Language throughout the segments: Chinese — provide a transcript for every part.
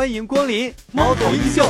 欢迎光临猫头鹰秀。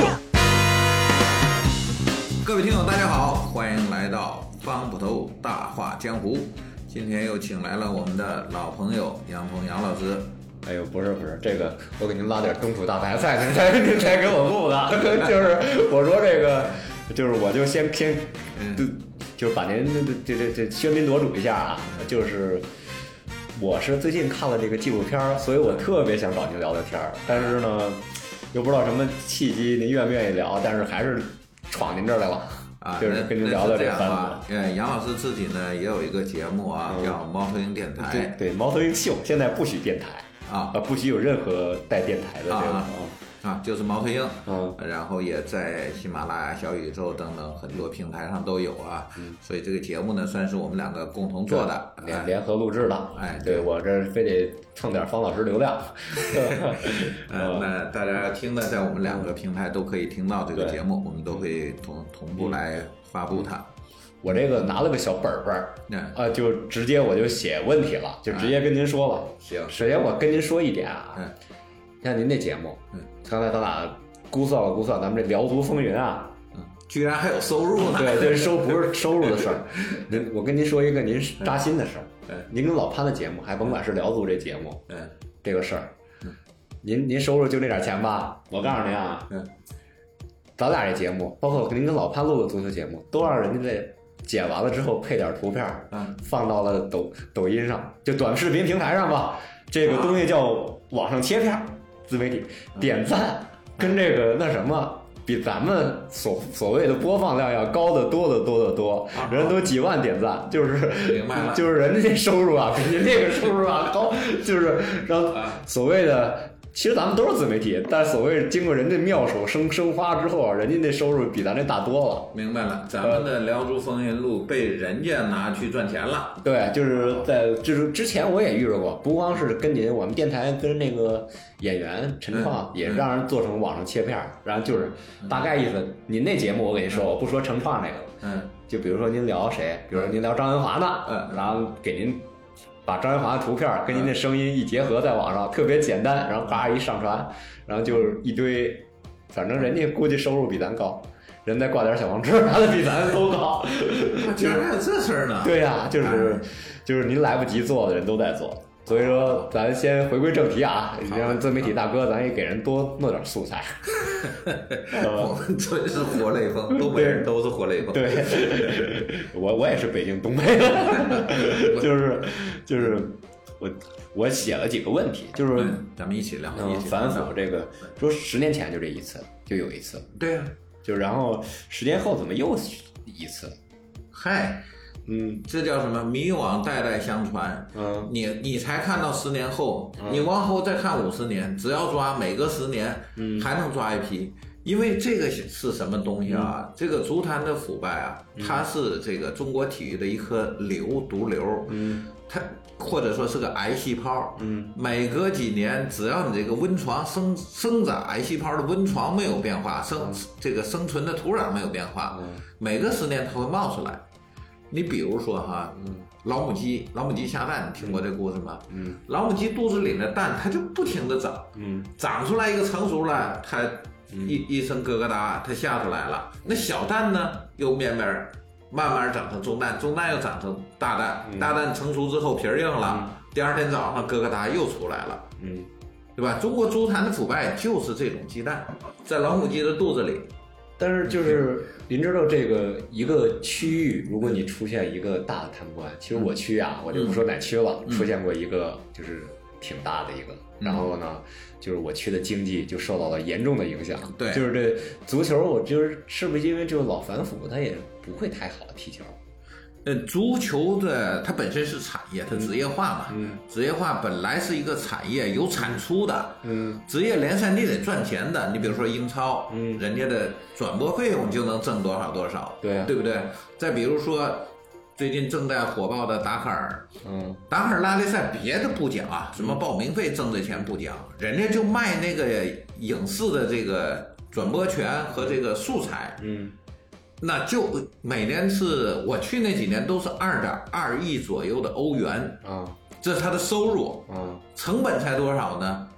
各位听友大家好，欢迎来到方捕头大话江湖。今天又请来了我们的老朋友杨鹏杨老师。 哎呦，不是，这个我给您拉点东楚大白菜，您才给我录的。就是我说这个，就是我就先就是把您这喧宾夺主一下啊。就是我是最近看了这个纪录片，所以我特别想找您聊聊天，但是呢，又不知道什么契机，您愿不愿意聊？但是还是闯您这儿来了。就是跟您聊聊这个番子。杨老师自己呢也有一个节目啊，叫猫头鹰电台。 对，猫头鹰秀，现在不许电台。不许有任何带电台的这个就是猫头鹰，然后也在喜马拉雅、小宇宙等等很多平台上都有啊，所以这个节目呢算是我们两个共同做的， 联合录制的。对我这非得蹭点方老师流量。 那大家听的在我们两个平台都可以听到这个节目，我们都会同步来发布它。 我这个拿了个小本本，就直接我就写问题了，就直接跟您说了。 行， 首先我跟您说一点啊，像您那节目，刚才咱俩估算了，咱们这辽族风云啊， 居然还有收入呢。 对，不是收入的事儿。我跟您说一个您扎心的事儿，您跟老潘的节目，还甭管是辽族这节目，这个事儿，您收入就那点钱吧？我告诉您啊，咱俩这节目，包括您跟老潘录的足球节目，都让人家这剪完了之后配点图片，放到了抖音上，就短视频平台上吧。这个东西叫网上切片，自媒体点赞跟这个那什么，比咱们所谓的播放量要高得多得多，人都几万点赞，就是明白了， 就是人家这收入啊，比您这个收入啊高，就是让所谓的。其实咱们都是自媒体，但所谓经过人家妙手生花之后啊，人家那收入比咱这大多了。 明白了，咱们的辽族风云录被人家拿去赚钱了。 对，就是之前我也遇到过，不光是跟您，我们电台跟那个演员陈创也让人做成网上切片，然后就是大概意思。您那节目我跟你说，我不说陈创那个了，就比如说您聊谁，比如说您聊张文华呢，然后给您。把张元华的图片跟您的声音一结合在网上，特别简单，然后嘎一上传，然后就一堆，反正人家估计收入比咱高，人再挂点小黄车，拿的比咱都高。 居然还有这事儿呢？ 对呀，就是您来不及做的人都在做，所以说咱先回归正题啊，让自媒体大哥咱也给人多弄点素材。 我们真是活雷锋，东北人都是活雷锋。 对，我也是北京东北的，就是我写了几个问题，就是咱们一起聊， 反腐这个说10年前就这一次，就有一次， 对啊， 就然后10年后怎么又一次？ 嗨。这叫什么？迷惘代代相传。你才看到10年后，你往后再看50年，只要抓每隔10年，还能抓一批。因为这个是什么东西啊？这个足坛的腐败啊，它是这个中国体育的一颗毒瘤。它或者说是个癌细胞。每隔几年，只要你这个温床生长癌细胞的温床没有变化，这个生存的土壤没有变化，每隔10年它会冒出来。你比如说哈，老母鸡下蛋，你听过这故事吗？老母鸡肚子里的蛋，它就不停的长，长出来一个成熟了，它一声咯咯哒，它下出来了。那小蛋呢，又慢慢长成中蛋，中蛋又长成大蛋，大蛋成熟之后皮儿硬了，第二天早上咯咯哒又出来了，对吧？中国足坛的腐败就是这种鸡蛋，在老母鸡的肚子里。 但是就是您知道这个一个区域，如果你出现一个大的贪官，其实我区啊，我就不说哪区了，出现过一个就是挺大的一个，然后呢，就是我区的经济就受到了严重的影响。 对， 就是这足球，我是不是因为这个老反腐，他也不会太好的踢球。 足球的它本身是产业，它职业化嘛，职业化本来是一个产业，有产出的，职业联赛你得赚钱的。你比如说英超，人家的转播费用就能挣多少，对不对？再比如说最近正在火爆的达喀尔，达喀尔拉力赛别的不讲啊，什么报名费挣的钱不讲，人家就卖那个影视的这个转播权和这个素材，那就每年是我去那几年都是2.2亿左右的欧元啊，这是他的收入啊，成本才多少呢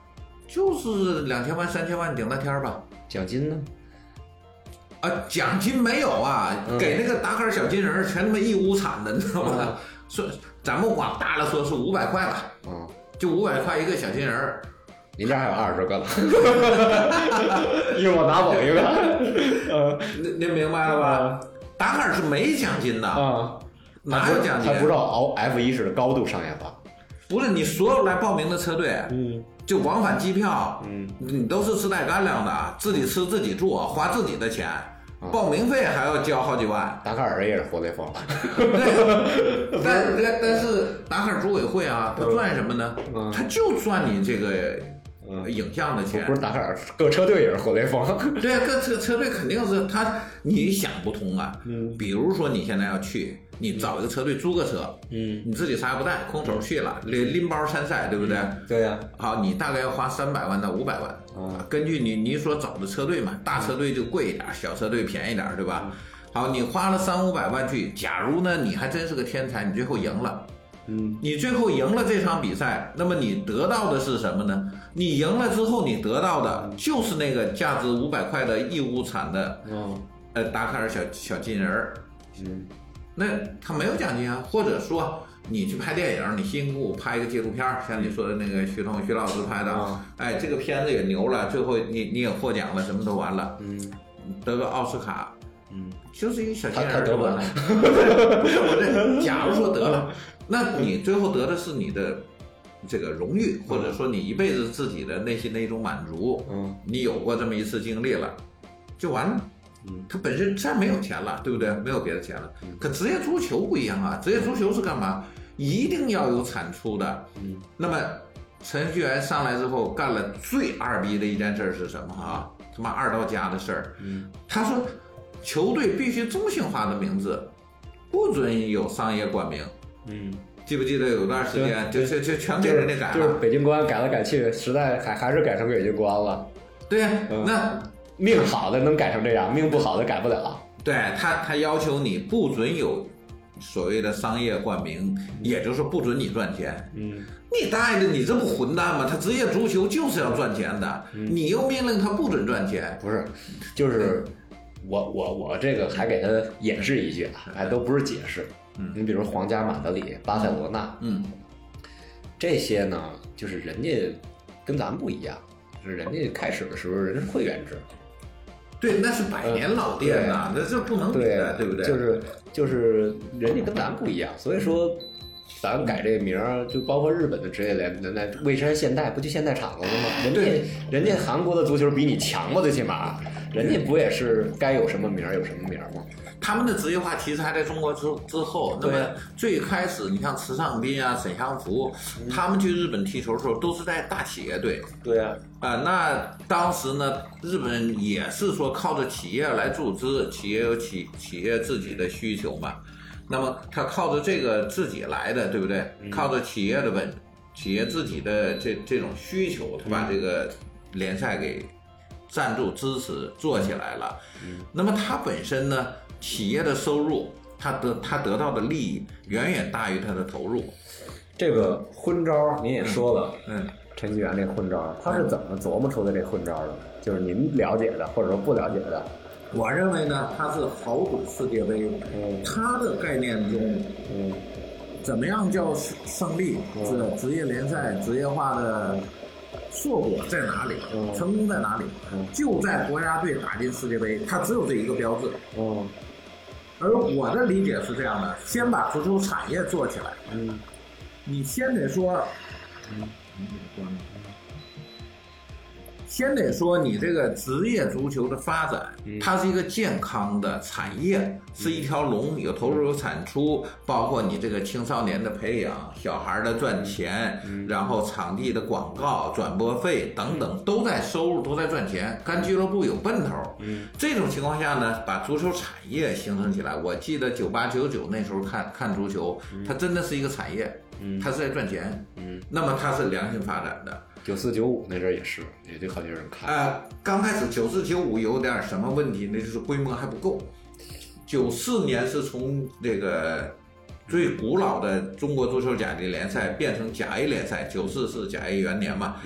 就是2000万、3000万顶了天吧。 奖金呢？ 奖金没有啊，给那个达喀尔小金人全他妈义乌产的，你知道吗？说咱们往大了说是500块吧，就500块一个小金人。 您这还有20个了，一会儿我拿走一个。 您明白了吧？达喀尔是没奖金的哪有奖金？ 他不知道F1是高度商业化。 不是你所有来报名的车队，就往返机票，你都是自带干粮的，自己吃自己住，花自己的钱，报名费还要交好几万。 达喀尔也是活雷锋。 对，但是达喀尔组委会啊，他赚什么呢？他就赚你这个影像的钱。 不是达喀尔，各车队也是活雷锋。 对啊，各车队肯定是他，你想不通啊。比如说你现在要去，你找一个车队租个车，你自己啥也不带，空手去了，拎包参赛，对不对？ 对呀。 好，你大概要花300万到500万根据你所找的车队嘛，大车队就贵一点，小车队便宜点，对吧？好，你花了300-500万去，假如呢你还真是个天才，你最后赢了。你最后赢了这场比赛，那么你得到的是什么呢？你赢了之后，你得到的就是那个价值500块的义乌产的达喀尔小金人儿。那他没有奖金啊，或者说你去拍电影，你辛辛苦苦拍一个纪录片，像你说的那个徐老师拍的，这个片子也牛了，最后你也获奖了，什么都完了，得个奥斯卡，就是一个小金人儿就完了。不是我这，假如说得了。那你最后得的是你的这个荣誉，或者说你一辈子自己的内心的一种满足。你有过这么一次经历了，就完了。他本身再没有钱了，对不对？没有别的钱了。可职业足球不一样啊，职业足球是干嘛？一定要有产出的。那么程序员上来之后干了最二逼的一件事是什么啊？他妈2到家的事儿。他说球队必须中性化的名字，不准有商业冠名。记不记得有段时间就全给人家改了， 就是北京国安改来改去，实在还是改成北京国安了。 对呀，那命好的能改成这样，命不好的改不了。 对，他要求你不准有所谓的商业冠名，也就是不准你赚钱。你大爷的，你这不混蛋吗？他职业足球就是要赚钱的，你又命令他不准赚钱。 不是，就是我这个还给他演示一句啊，还都不是解释。你比如皇家马德里、巴塞罗那，这些呢，就是人家跟咱们不一样，就是人家开始的时候人是会员制， 对，那是100年老店呐，那这不能比的，对不对？ 就是人家跟咱们不一样，所以说咱们改这个名儿，就包括日本的职业联，那蔚山现代不就现代厂子了吗？人家韩国的足球比你强吧，最起码，人家不也是该有什么名儿有什么名儿吗？ 他们的职业化题材在中国之后，那么最开始你像池尚斌啊、沈祥福，他们去日本踢球的时候都是在大企业队。 对啊， 那当时呢，日本也是说靠着企业来注资，企业有企业自己的需求嘛，那么他靠着这个自己来的，对不对？靠着企业自己的这种需求，他把这个联赛给赞助支持做起来了。那么他本身呢？企业的收入，他得到的利益远远大于他的投入。 这个昏招您也说了，程序员这昏招，他是怎么琢磨出的这昏招的？就是您了解的，或者说不了解的。 我认为呢，他是豪赌世界杯，他的概念中，怎么样叫胜利？是职业联赛职业化的硕果在哪里？成功在哪里？就在国家队打进世界杯，它只有这一个标志。而我的理解是这样的：先把足球产业做起来。你先得说，你这个职业足球的发展，它是一个健康的产业，是一条龙，有投入有产出，包括你这个青少年的培养、小孩的赚钱，然后场地的广告、转播费等等都在收入，都在赚钱，干俱乐部有奔头。这种情况下呢，把足球产业形成起来。我记得98、99那时候看足球，它真的是一个产业，它是在赚钱。那么它是良性发展的。 94、95那阵儿也是，也就好几人看。 刚开始94、95有点什么问题，那就是规模还不够。94年是从这个最古老的中国足球甲级联赛变成甲 A 联赛，94是甲 A 元年嘛。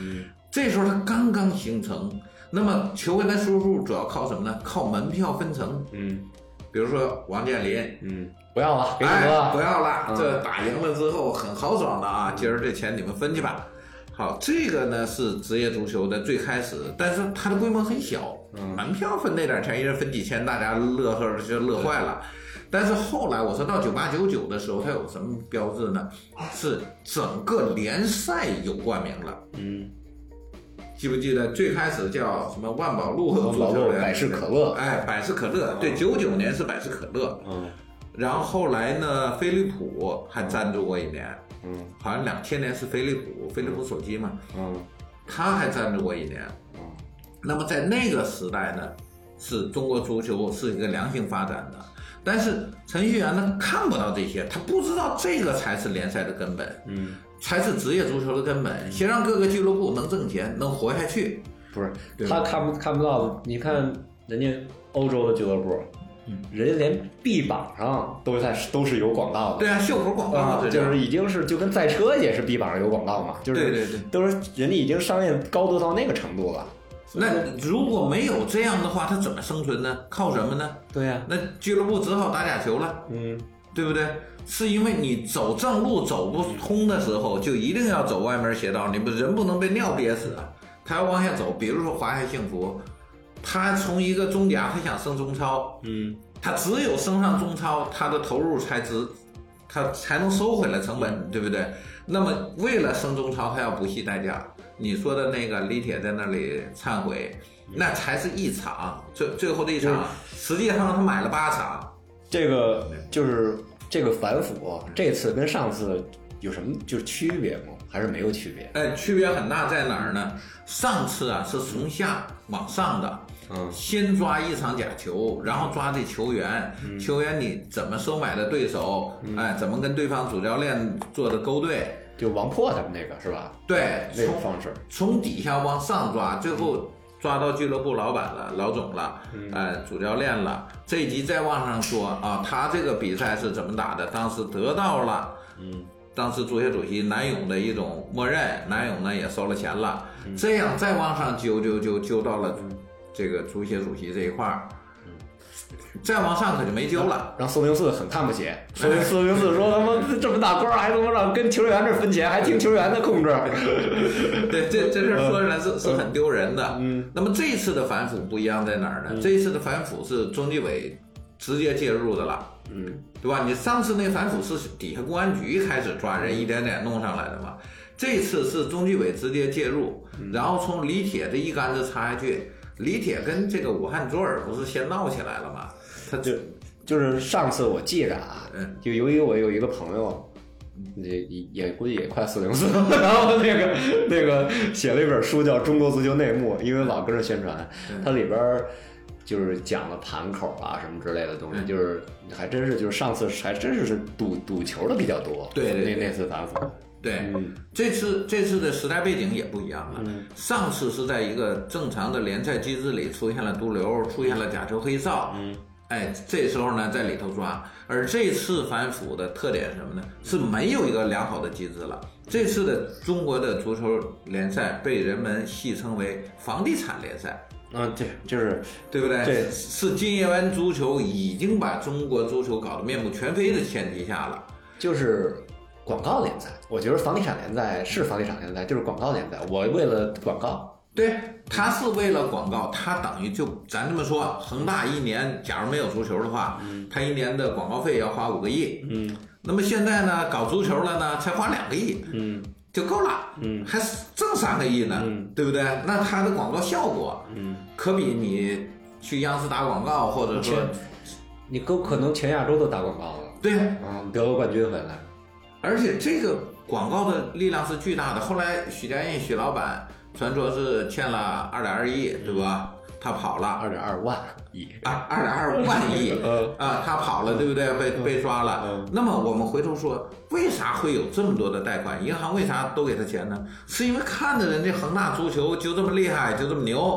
这时候它刚刚形成，那么球员的收入主要靠什么呢？靠门票分成。比如说王健林， 不要了，给你了， 不要了，这打赢了之后很豪爽的啊，今儿这钱你们分去吧。好，这个呢是职业足球的最开始，但是它的规模很小，门票分那点钱，一人分几千，大家就乐坏了。但是后来我说到98、99的时候，它有什么标志呢？是整个联赛有冠名了。记不记得最开始叫什么万宝路足球联？ 百事可乐。 百事可乐，对，99年是百事可乐。然后后来呢，飞利浦还赞助过一年。好像2000年是飞利浦手机嘛。他还赞助过一年。那么在那个时代呢，是中国足球是一个良性发展的。但是程序员呢看不到这些，他不知道这个才是联赛的根本，才是职业足球的根本。先让各个俱乐部能挣钱，能活下去。 不是，他看不到。你看人家欧洲的俱乐部，人家连臂膀上都是有广告的。 对啊，袖口广告， 就是已经是就跟赛车也是臂膀上有广告嘛，就是对， 都是人家已经商业高度到那个程度了。 那如果没有这样的话，他怎么生存呢？靠什么呢？ 对呀， 那俱乐部只好打假球了。对不对？是因为你走正路走不通的时候，就一定要走歪门邪道，你人不能被尿憋死啊！他要往下走，比如说华夏幸福，他从一个中甲，他想升中超，他只有升上中超，他的投入他才能收回来成本，对不对？那么为了升中超，他要不惜代价。你说的那个李铁在那里忏悔，那才是一场，最后的一场，实际上他买了8场。 这个就是这个反腐，这次跟上次有什么就是区别吗？还是没有区别？ 区别很大，在哪儿呢？上次啊是从下往上的，先抓一场假球，然后抓这球员，球员你怎么收买的对手，怎么跟对方主教练做的勾兑， 就王破他们那个是吧？ 对， 那种方式， 从底下往上抓，最后抓到俱乐部老板了、老总了，主教练了。这一集再往上说啊，他这个比赛是怎么打的？当时得到了，当时足协主席南勇的一种默认，南勇呢也收了钱了。这样再往上揪到了这个足协主席这一块儿。再往上可就没救了， 让404很看不起。404说他妈这么大官还他妈让跟球员这分钱，还听球员的控制。 对，这事说出来是很丢人的。那么这一次的反腐不一样在哪儿呢？这一次的反腐是中纪委直接介入的了，对吧？你上次那反腐是底下公安局开始抓人，一点点弄上来的嘛。这次是中纪委直接介入，然后从李铁的一竿子插下去。李铁跟这个武汉卓尔不是先闹起来了吗？他就是上次我记着啊，就由于我有一个朋友，也估计也快404，然后那个写了一本书叫《中国足球内幕》，因为老跟着宣传，它里边就是讲了盘口啊什么之类的东西，就是还真是就是上次还真是赌球的比较多， 对， 那次反腐。 对，这次的时代背景也不一样了。上次是在一个正常的联赛机制里出现了毒瘤，出现了假球黑哨，这时候呢在里头抓。而这次反腐的特点是什么呢？是没有一个良好的机制了。这次的中国的足球联赛被人们戏称为房地产联赛。 对，就是对不对？对，是金业湾足球已经把中国足球搞得面目全非的前提下了， 就是广告联赛。我觉得房地产联赛是房地产联赛，就是广告联赛。我为了广告， 对，他是为了广告，他等于就咱这么说，恒大一年假如没有足球的话，他一年的广告费要花5个亿，那么现在呢，搞足球了呢，才花2个亿，就够了，还挣3个亿呢，对不对？那他的广告效果，可比你去央视打广告，或者说你可能全亚洲都打广告了， 对， 得个冠军回来。 而且这个广告的力量是巨大的。后来许家印许老板传说是欠了2.2亿，对吧？他跑了 2.2万亿 ，2.2万亿他跑了，对不对？被抓了。那么我们回头说，为啥会有这么多的贷款？银行为啥都给他钱呢？是因为看着人家恒大足球就这么厉害，就这么牛，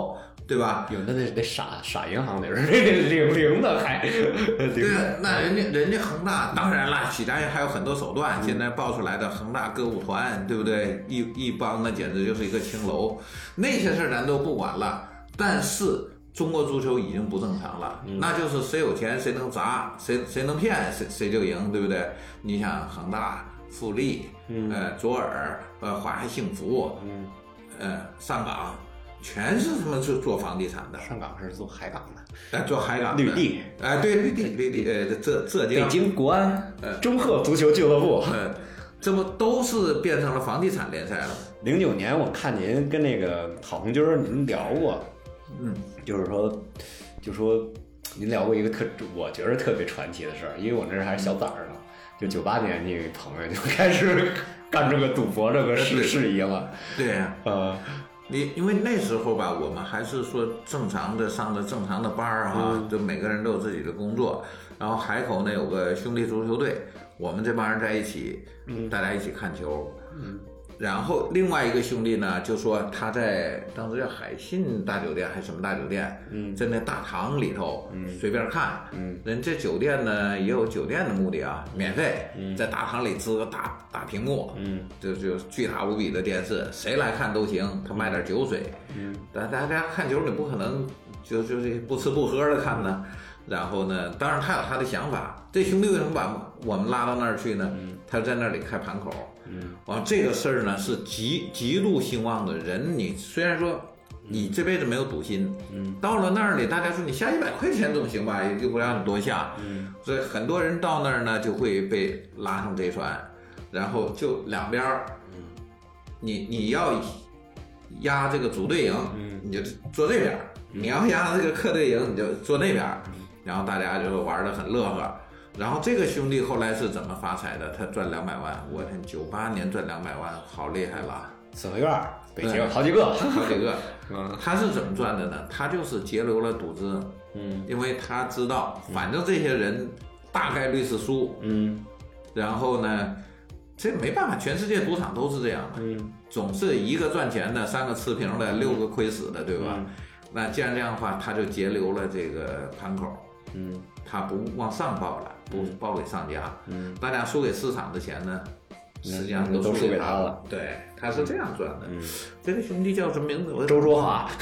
对吧？ 有那得傻银行得是零的还。 对啊，那人家恒大当然了，许家印还有很多手段。现在爆出来的恒大歌舞团，对不对？一帮那简直就是一个青楼，那些事儿咱都不管了。但是中国足球已经不正常了，那就是谁有钱谁能砸，谁能骗谁就赢，对不对？你想恒大、富力，左耳，华夏幸福，上港。全是他们做房地产的， 上港是做海港的， 做海港的绿地， 对绿地，浙江、 北京国安、中赫足球俱乐部， 这不都是变成了房地产联赛了 ？09年我看您跟那个郝红军您聊过，就是说您聊过一个我觉得特别传奇的事儿，因为我那时候还是小崽儿呢，就98年那个朋友就开始干这个赌博这个事宜了， 对呀，因为那时候吧，我们还是说正常的上着正常的班儿哈，就每个人都有自己的工作。然后海口呢有个兄弟足球队，我们这帮人在一起，大家一起看球。然后另外一个兄弟呢，就说他在当时叫海信大酒店还是什么大酒店，在那大堂里头随便看，人这酒店呢也有酒店的目的啊，免费，在大堂里支个大屏幕，就巨大无比的电视，谁来看都行，他卖点酒水，但大家看球你不可能就是不吃不喝的看呢。然后呢，当然他有他的想法。这兄弟为什么把我们拉到那儿去呢？他在那里开盘口。完这个事儿呢是极度兴旺的人。你虽然说你这辈子没有赌心，到了那儿里，大家说你下100块钱总行吧，又不让你多下。所以很多人到那儿呢就会被拉上这船，然后就两边儿，你要压这个主队赢，你就坐这边；你要压这个客队赢，你就坐那边。然后大家就玩得很乐呵。然后这个兄弟后来是怎么发财的？他赚200万，我天，98年赚200万，好厉害了！ 四合院，北京好几个。 他是怎么赚的呢？他就是节流了赌资，因为他知道，反正这些人大概率是输，然后呢，这没办法，全世界赌场都是这样的，总是一个赚钱的，3个持平的，6个亏死的，对吧？那既然这样的话，他就节流了这个盘口，他不往上报了，不报给上家，大家输给市场的钱呢，实际上都输给他了。 对，他是这样赚的。这个兄弟叫什么名字？ 周卓华。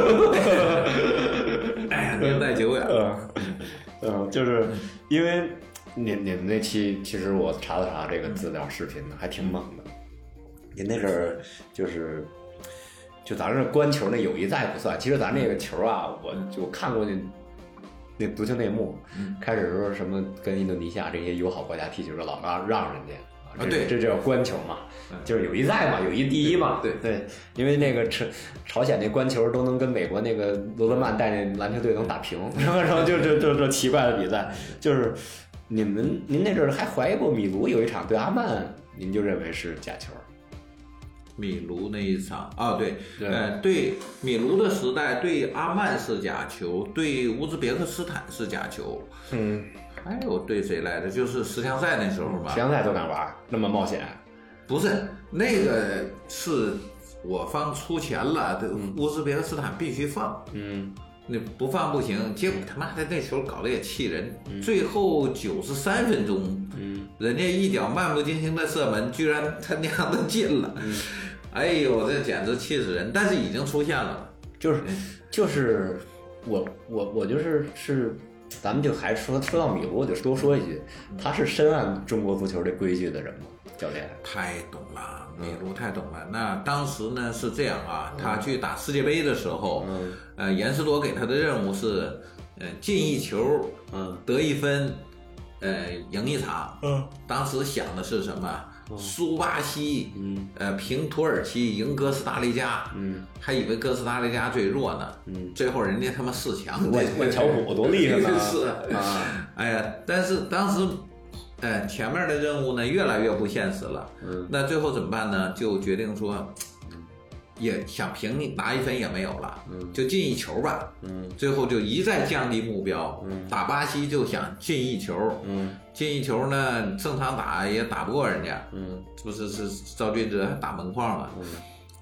哎呀，年代久远。 就是因为你们那期，其实我查了查这个资料视频呢，还挺猛的。您那阵儿就咱这观球那友谊赛不算，其实咱那个球啊，我就看过那足球内幕，开始说什么跟印度尼西亚这些友好国家踢球的老让人家对， 这叫观球嘛，就是友谊赛嘛，友谊第一嘛，对，因为那个朝鲜那观球都能跟美国那个罗德曼带那篮球队能打平，然后就奇怪的比赛，就是您那阵儿还怀疑过米卢有一场对阿曼，您就认为是假球。 米卢那一场对米卢的时代，对阿曼是假球，对乌兹别克斯坦是假球，还有对谁来着？就是十强赛那时候吧。 十强赛都敢玩，那么冒险？ 不是，那个是我方出钱了，乌兹别克斯坦必须放，你不放不行。结果他妈的那球搞得也气人，最后93分钟，人家一脚漫不经心的射门，居然他娘的进了。哎呦，这简直气死人！但是已经出现了， 就是我是，咱们就还说到米卢，我就多说一句，他是深谙中国足球这规矩的人吗？教练太懂了，米卢太懂了。那当时呢是这样啊，他去打世界杯的时候，严斯多给他的任务是，进一球，得1分，赢一场。当时想的是什么？输巴西，平土耳其，赢哥斯达黎加，还以为哥斯达黎加最弱呢，最后人家他妈4强， 万乔普多厉害呢！ 是啊，哎呀，但是当时，前面的任务呢越来越不现实了，那最后怎么办呢？就决定说，也想平拿1分也没有了，就进1球吧，最后就一再降低目标，打巴西就想进1球，进1球呢，正常打也打不过人家，不是赵俊哲还打门框了，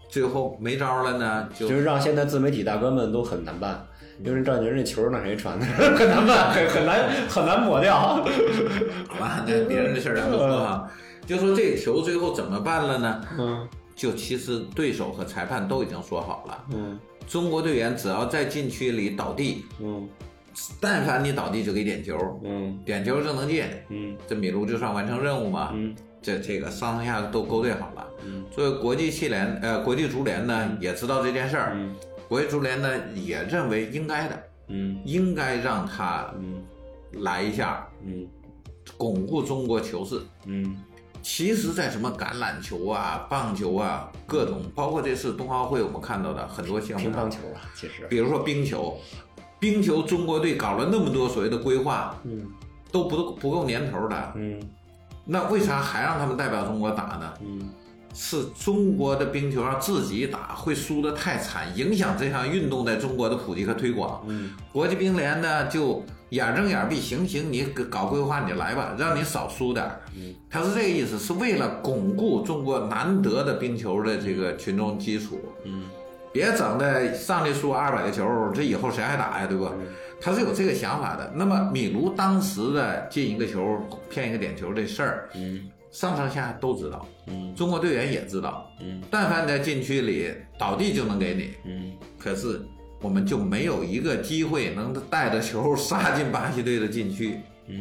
最后没招了呢， 就是让现在自媒体大哥们都很难办，因为赵宁这球让谁传的很难办，很难抹掉。 好吧，那别人的事咱不说哈，就说这球最后怎么办了呢？就其实对手和裁判都已经说好了，中国队员只要在禁区里倒地，但凡你倒地就给点球，点球就能进，这米卢就算完成任务嘛，这个上下都勾兑好了，所以国际足联呢也知道这件事儿，国际足联呢也认为应该的，应该让他来一下，巩固中国球势，其实，在什么橄榄球啊、棒球啊，各种，包括这次冬奥会我们看到的很多项目， 乒乓球啊，其实， 比如说冰球，中国队搞了那么多所谓的规划，都不够年头的，那为啥还让他们代表中国打呢？是中国的冰球要自己打会输得太惨，影响这项运动在中国的普及和推广。国际冰联呢就眼睁眼闭，行，你搞规划你来吧，让你少输点。他是这个意思，是为了巩固中国难得的冰球的这个群众基础。别整的上去输200个球，这以后谁还打呀，对吧？他是有这个想法的。那么米卢当时的进一个球骗一个点球这事儿，上下都知道，中国队员也知道，但凡在禁区里倒地就能给你，可是我们就没有一个机会能带着球杀进巴西队的禁区，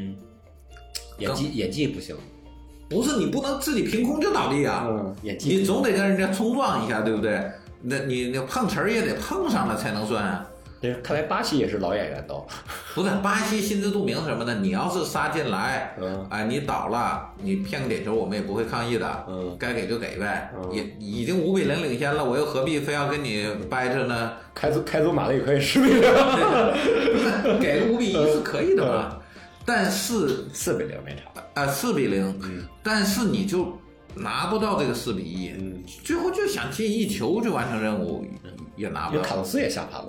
演技不行， 不是你不能自己凭空就倒地啊，你总得跟人家冲撞一下，对不对？那你碰瓷儿也得碰上了才能算啊。 看来巴西也是老演员都， 不是巴西心知肚明什么呢？你要是杀进来，你倒了，你骗个点球，我们也不会抗议的，该给就给呗，也已经5-0领先了，我又何必非要跟你掰扯呢？ 开足马的也可以10-0， 给个5-1是可以的嘛？但是 4-0没差 ，4-0，但是你就拿不到这个4-1，最后就想进一球就完成任务，也拿不到。 卡洛斯也下盘了，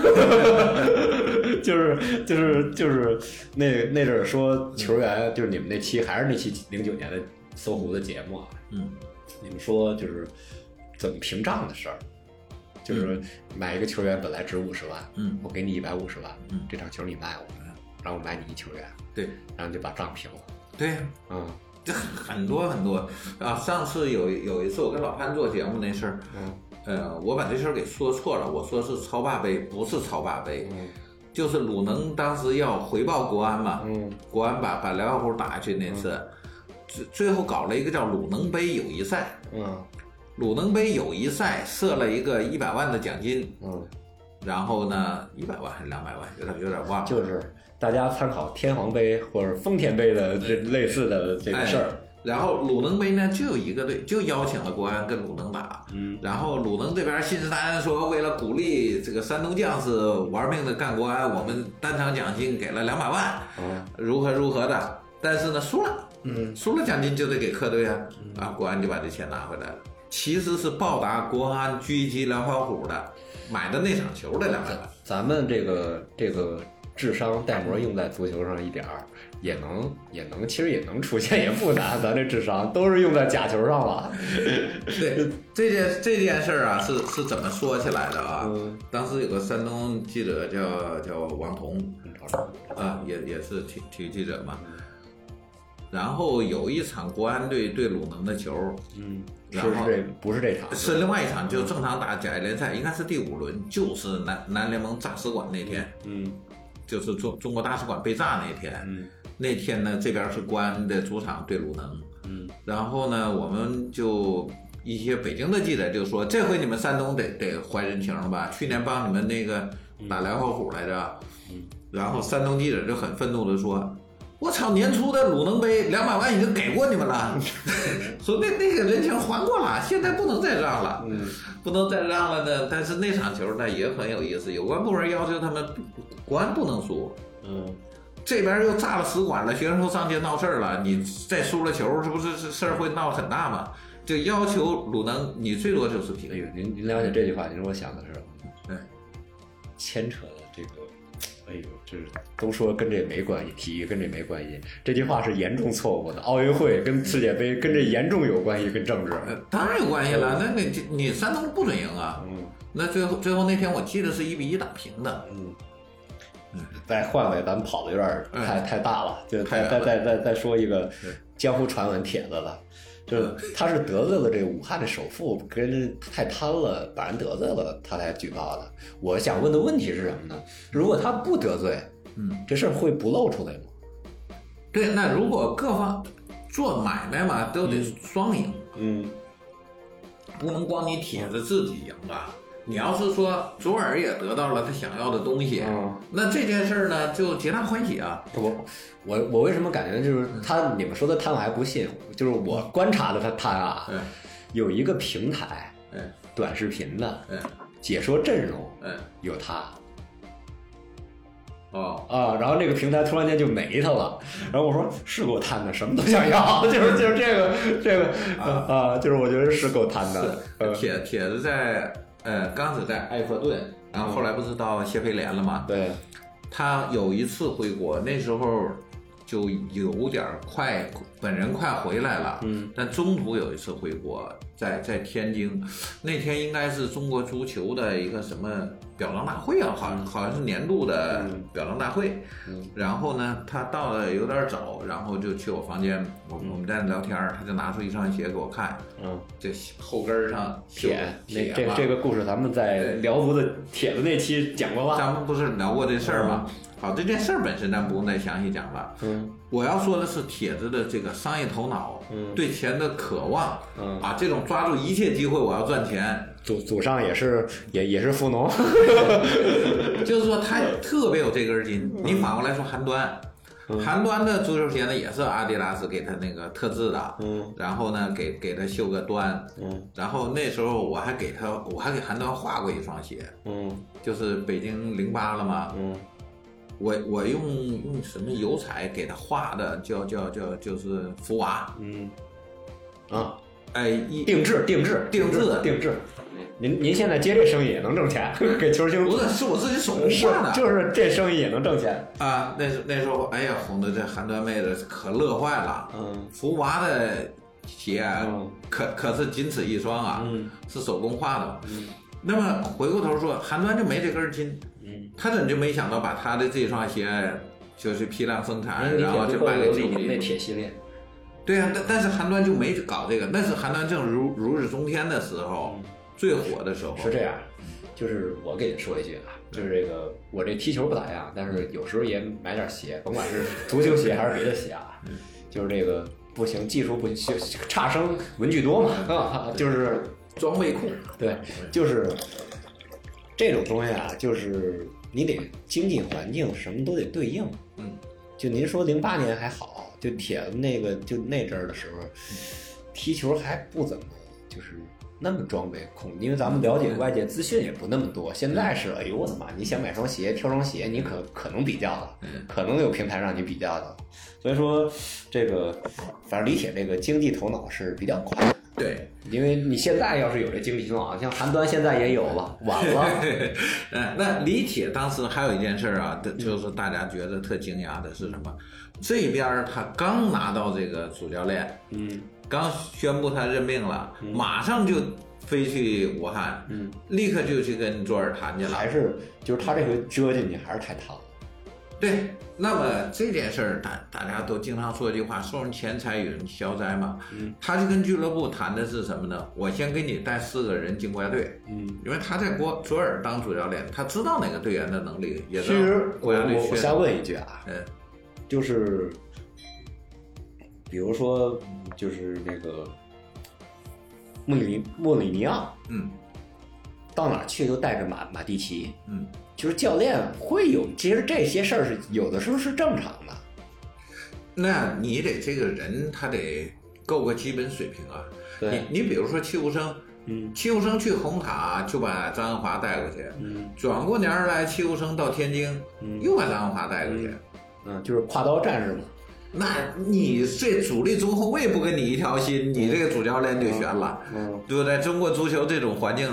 就是那阵儿说球员，就是你们那期还是那期09年的搜狐的节目啊，你们说就是怎么平账的事儿，就是买一个球员本来值50万，我给你150万，这场球你卖我，然后我买你一球员， 对， 然后就把账平了， 对，这很多啊！上次有一次我跟老潘做节目那事儿，我把这事儿给说错了，我说是超霸杯，不是超霸杯，就是鲁能当时要回报国安嘛，国安把辽湖打下去那次，最后搞了一个叫鲁能杯友谊赛，鲁能杯友谊赛设了一个100万的奖金，然后呢100万还是200万，有点忘了， 就是大家参考天皇杯或者丰田杯的这类似的这个事儿。 然后鲁能杯呢就有一个队，就邀请了国安跟鲁能打，然后鲁能这边信誓旦旦说，为了鼓励这个山东将士玩命的干国安，我们单场奖金给了200万，如何的，但是呢输了，输了奖金就得给客队啊，国安就把这钱拿回来了，其实是报答国安狙击辽华虎的买的那场球的200万。 咱们这个智商带膜用在足球上一点儿，也能，其实也能出现，也不难。咱这智商都是用在假球上了。 对，这件事儿啊，是怎么说起来的啊？当时有个山东记者叫王彤，也是体育记者嘛。然后有一场国安队对鲁能的球， 不是这场， 是另外一场，就正常打甲 A 联赛，应该是第5轮，就是南联盟炸使馆那天，就是中国大使馆被炸那天，那天呢这边是国安的主场对鲁能，然后呢我们就一些北京的记者就说，这回你们山东得还人情了吧？去年帮你们那个打辽华虎来着，然后山东记者就很愤怒的说，我操，年初的鲁能杯200万已经给过你们了，说那个人情还过了，现在不能再让了，不能再让了呢。但是那场球呢也很有意思，有关部门要求他们国安不能输，这边又炸了使馆了，学生都上街闹事儿了，你再输了球，这不是事儿会闹很大吗？就要求鲁能你最多就是平。 您了解这句话，您说我想的是，牵扯了这个。 哎呦，这都说跟这没关系，体育跟这没关系，这句话是严重错误的。奥运会跟世界杯跟这严重有关系，跟政治。 当然有关系了，那你山东不准赢啊。那最后那天我记得是1-1打平的。 再换回咱们跑的有点太大了，就再说一个江湖传闻帖子了。就是他是得罪了这个武汉的首富，跟人太贪了，把人得罪了，他才举报的。我想问的问题是什么呢？如果他不得罪，这事儿会不露出来吗？ 对，那如果各方做买卖嘛，都得双赢，不能光你帖子自己赢吧。你要是说左耳也得到了他想要的东西，那这件事呢就皆大欢喜啊。 我为什么感觉就是你们说的贪我还不信，就是我观察的他贪啊，有一个平台，短视频的，解说阵容，有他。然后这个平台突然间就没他了，然后我说是够贪的，什么都想要，就是这个就是我觉得是够贪的。 帖子在刚是在埃弗顿，然后后来不是到谢菲联了吗？ 对， 他有一次回国，那时候就有点快，本人快回来了，但中途有一次回国，在天津，那天应该是中国足球的一个什么表彰大会啊，好像是年度的表彰大会，然后呢，他到的有点早，然后就去我房间，我们在聊天，他就拿出一双鞋给我看，这后跟上铁，这个故事咱们在辽足的帖子那期讲过吧？ 咱们不是聊过这事儿吗？好，这件事儿本身咱不用再详细讲了。我要说的是帖子的这个商业头脑，对钱的渴望，这种抓住一切机会我要赚钱。 祖上也是富农， 就是说他特别有这根筋。你反过来说韩端的足球鞋呢也是阿迪达斯给他那个特制的，然后呢给他绣个端，然后那时候我还给韩端画过一双鞋，就是北京08了嘛，我用什么油彩给他画的，就是福娃， 定制。您现在接这生意也能挣钱，给球星不是我自己手工画的， 就是这生意也能挣钱啊。那时候哎呀，哄得这韩端妹子可乐坏了。福娃的鞋可是仅此一双啊，是手工画的。那么回过头说，韩端就没这根筋，他怎么就没想到把他的这双鞋就是批量生产，然后就卖给自己那铁系列。 对啊，但是韩端就没搞这个，那是韩端正如日中天的时候，最火的时候。 是这样，就是我给你说一句啊，就是这个我这踢球不咋样，但是有时候也买点鞋，甭管是足球鞋还是别的鞋啊，就是这个不行，技术不行，差生文具多嘛，就是装备控。 对，就是这种东西啊，就是你得经济环境什么都得对应。就您说08年还好，就帖子那个就那阵儿的时候，踢球还不怎么就是那么装备控，因为咱们了解外界资讯也不那么多。现在是哎呦我的妈，你想买双鞋挑双鞋，你可能比较的，可能有平台让你比较的。所以说这个反正李铁这个经济头脑是比较快的。 对， 因为你现在要是有这经济头脑，像韩端现在也有了，晚了。 那李铁当时还有一件事啊，就是大家觉得特惊讶的是什么？这边他刚拿到这个主教练，刚宣布他任命了，马上就飞去武汉，立刻就去跟佐尔谈去了。 还是就是他这回折进去还是太烫了。 对，那么这件事儿，大家都经常说一句话，收人钱财与人消灾嘛。他就跟俱乐部谈的是什么呢？我先给你带4个人进国家队，因为他在佐尔当主教练，他知道哪个队员的能力，也知道国家队缺。 我瞎问一句啊，就是比如说就是那个莫里尼奥，到哪儿去都带着马蒂奇，就是教练会有，其实这些事儿是有的时候是正常的。 那你得这个人他得够个基本水平啊。你比如说戚务生，戚务生去红塔就把张恩华带过去，转过年来戚务生到天津，又把张恩华带过去， 就是跨刀战士嘛。 那你这主力中后卫不跟你一条心，你这个主教练就悬了，对不对？中国足球这种环境里，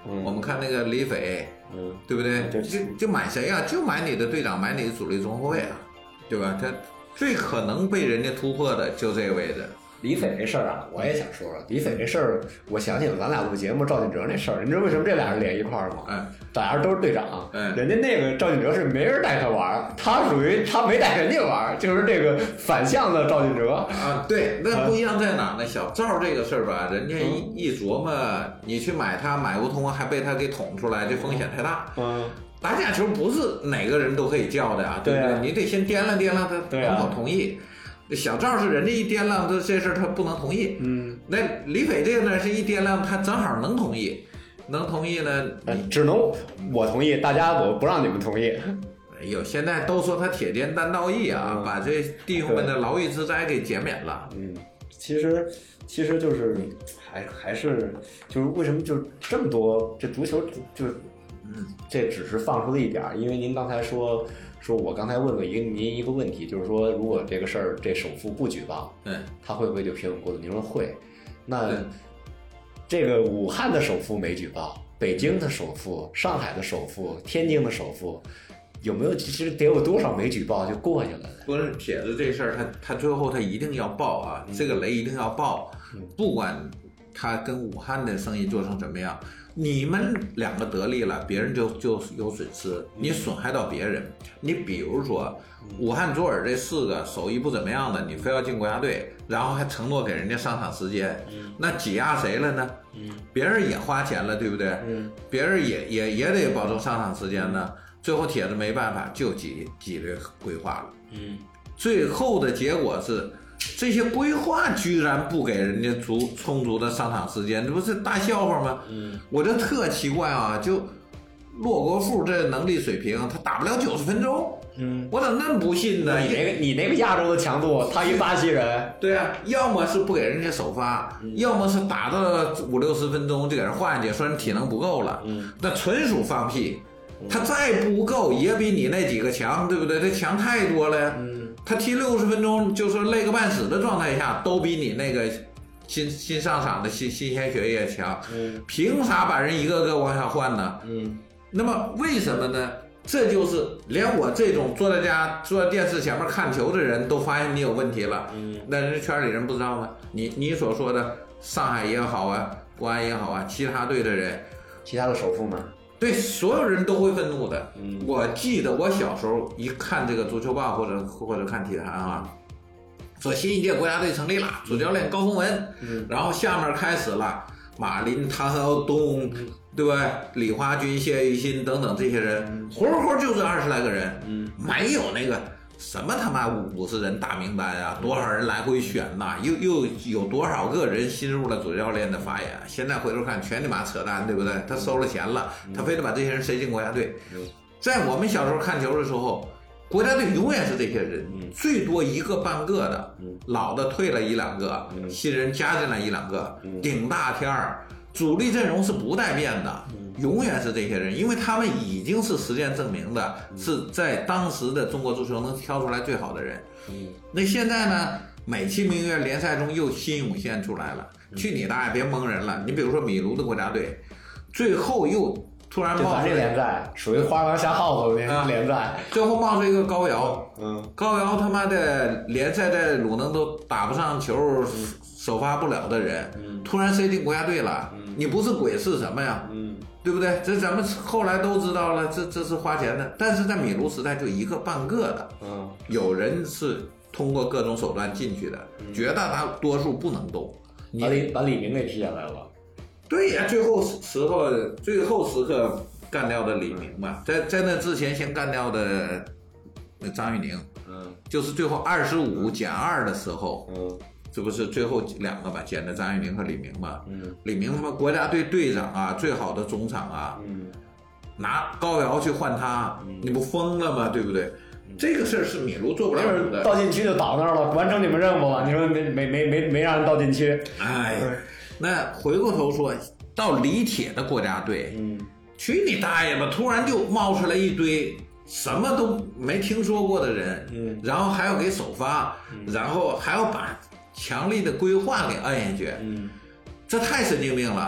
我们看那个李斐，对不对？就买谁啊？就买你的队长，买你的主力中后卫啊，对吧？他最可能被人家突破的就这个位置。 李斐这事儿啊，我也想说说。李斐这事儿，我想起了咱俩录节目赵锦哲那事儿。你知道为什么这俩人连一块儿吗？俩人都是队长。人家那个赵锦哲是没人带他玩，他属于他没带人家玩，就是这个反向的赵锦哲啊。对，那不一样在哪呢？小赵这个事儿吧，人家一琢磨，你去买他买不通，还被他给捅出来，这风险太大。打假球不是哪个人都可以叫的呀，对不对？你得先掂量掂量他能否同意。小赵是人家一掂量，这事他不能同意。那李斐这个呢是一掂量，他正好能同意，能同意呢， 只能我同意，大家我不让你们同意。 哎呦，现在都说他铁肩担道义啊，把这弟兄们的牢狱之灾给减免了。 其实就是还是就是为什么就这么多这足球就这只是放出了一点，因为您刚才说我刚才问了您一个问题，就是说如果这个事儿这首富不举报，他会不会就平稳过渡？您说会。那这个武汉的首富没举报，北京的首富、上海的首富、天津的首富，有没有其实得有多少没举报就过去了？ 不是帖子这事儿，他最后他一定要报啊，这个雷一定要报，不管他跟武汉的生意做成怎么样。你们两个得利了，别人就有损失，你损害到别人。你比如说武汉左耳这4个手艺不怎么样的，你非要进国家队，然后还承诺给人家上场时间，那挤压谁了呢？别人也花钱了，对不对？别人也得保证上场时间呢。最后帖子没办法，就挤兑规划了。最后的结果是，这些规划居然不给人家充足的上场时间，这不是大笑话吗？我这特奇怪啊，就骆国富这能力水平，他打不了90分钟。我怎么那么不信呢？ 你那个亚洲的强度，他一巴西人。 对啊，要么是不给人家首发，要么是打到50-60分钟就给人换去，说人体能不够了。那纯属放屁。他再不够也比你那几个强，对不对？这强太多了呀。他踢60分钟就说累个半死的状态下，都比你那个新上场的新鲜血液强。凭啥把人一个个往下换呢？那么为什么呢？这就是连我这种坐在家坐在电视前面看球的人都发现你有问题了。那人圈里人不知道吗？你所说的上海也好啊，国安也好啊，其他队的人， 其他的首富们。 对，所有人都会愤怒的。我记得我小时候一看这个足球报或者看体坛啊，说新一届国家队成立了，主教练高峰文，然后下面开始了马林、唐尧东，对吧？李华军、谢玉新等等这些人，活就是20来个人，没有那个什么他妈50人大名单啊，多少人来回选呐，又有多少个人新入了主教练的法眼？现在回头看全他妈扯淡，对不对？他收了钱了，他非得把这些人塞进国家队。在我们小时候看球的时候，国家队永远是这些人，最多一个半个的，老的退了1-2个，新人加进来1-2个，顶大天儿，主力阵容是不带变的。永远是这些人，因为他们已经是实践证明的，是在当时的中国足球能挑出来最好的人。那现在呢，美其名曰联赛中又新涌现出来了，去你大爷，别蒙人了。你比如说米卢的国家队，最后又突然冒出这联赛属于花王下耗子的联赛， 最后冒出一个高瑶，高瑶他妈的联赛在鲁能都打不上球，首发不了的人，突然塞进国家队了，你不是鬼是什么呀？对不对？这咱们后来都知道了，这是花钱的。但是在米卢时代就一个半个的，有人是通过各种手段进去的，绝大多数不能动。 把李明给踢下来了。 对呀，最后时刻干掉的李明嘛，在那之前先干掉的那张玉宁，就是最后25减2的时候，这不是最后2个吧，减的张玉宁和李明嘛。李明他妈国家队队长啊，最好的中场啊，拿高瑶去换他，你不疯了吗？对不对？这个事儿是米卢做不了的。 到禁区就倒那儿了，完成你们任务了。你说没让人到禁区。 哎，那回过头说到李铁的国家队，去你大爷吧！突然就冒出来一堆什么都没听说过的人，然后还要给首发，然后还要把强力的规划给摁下去，这太神经病了。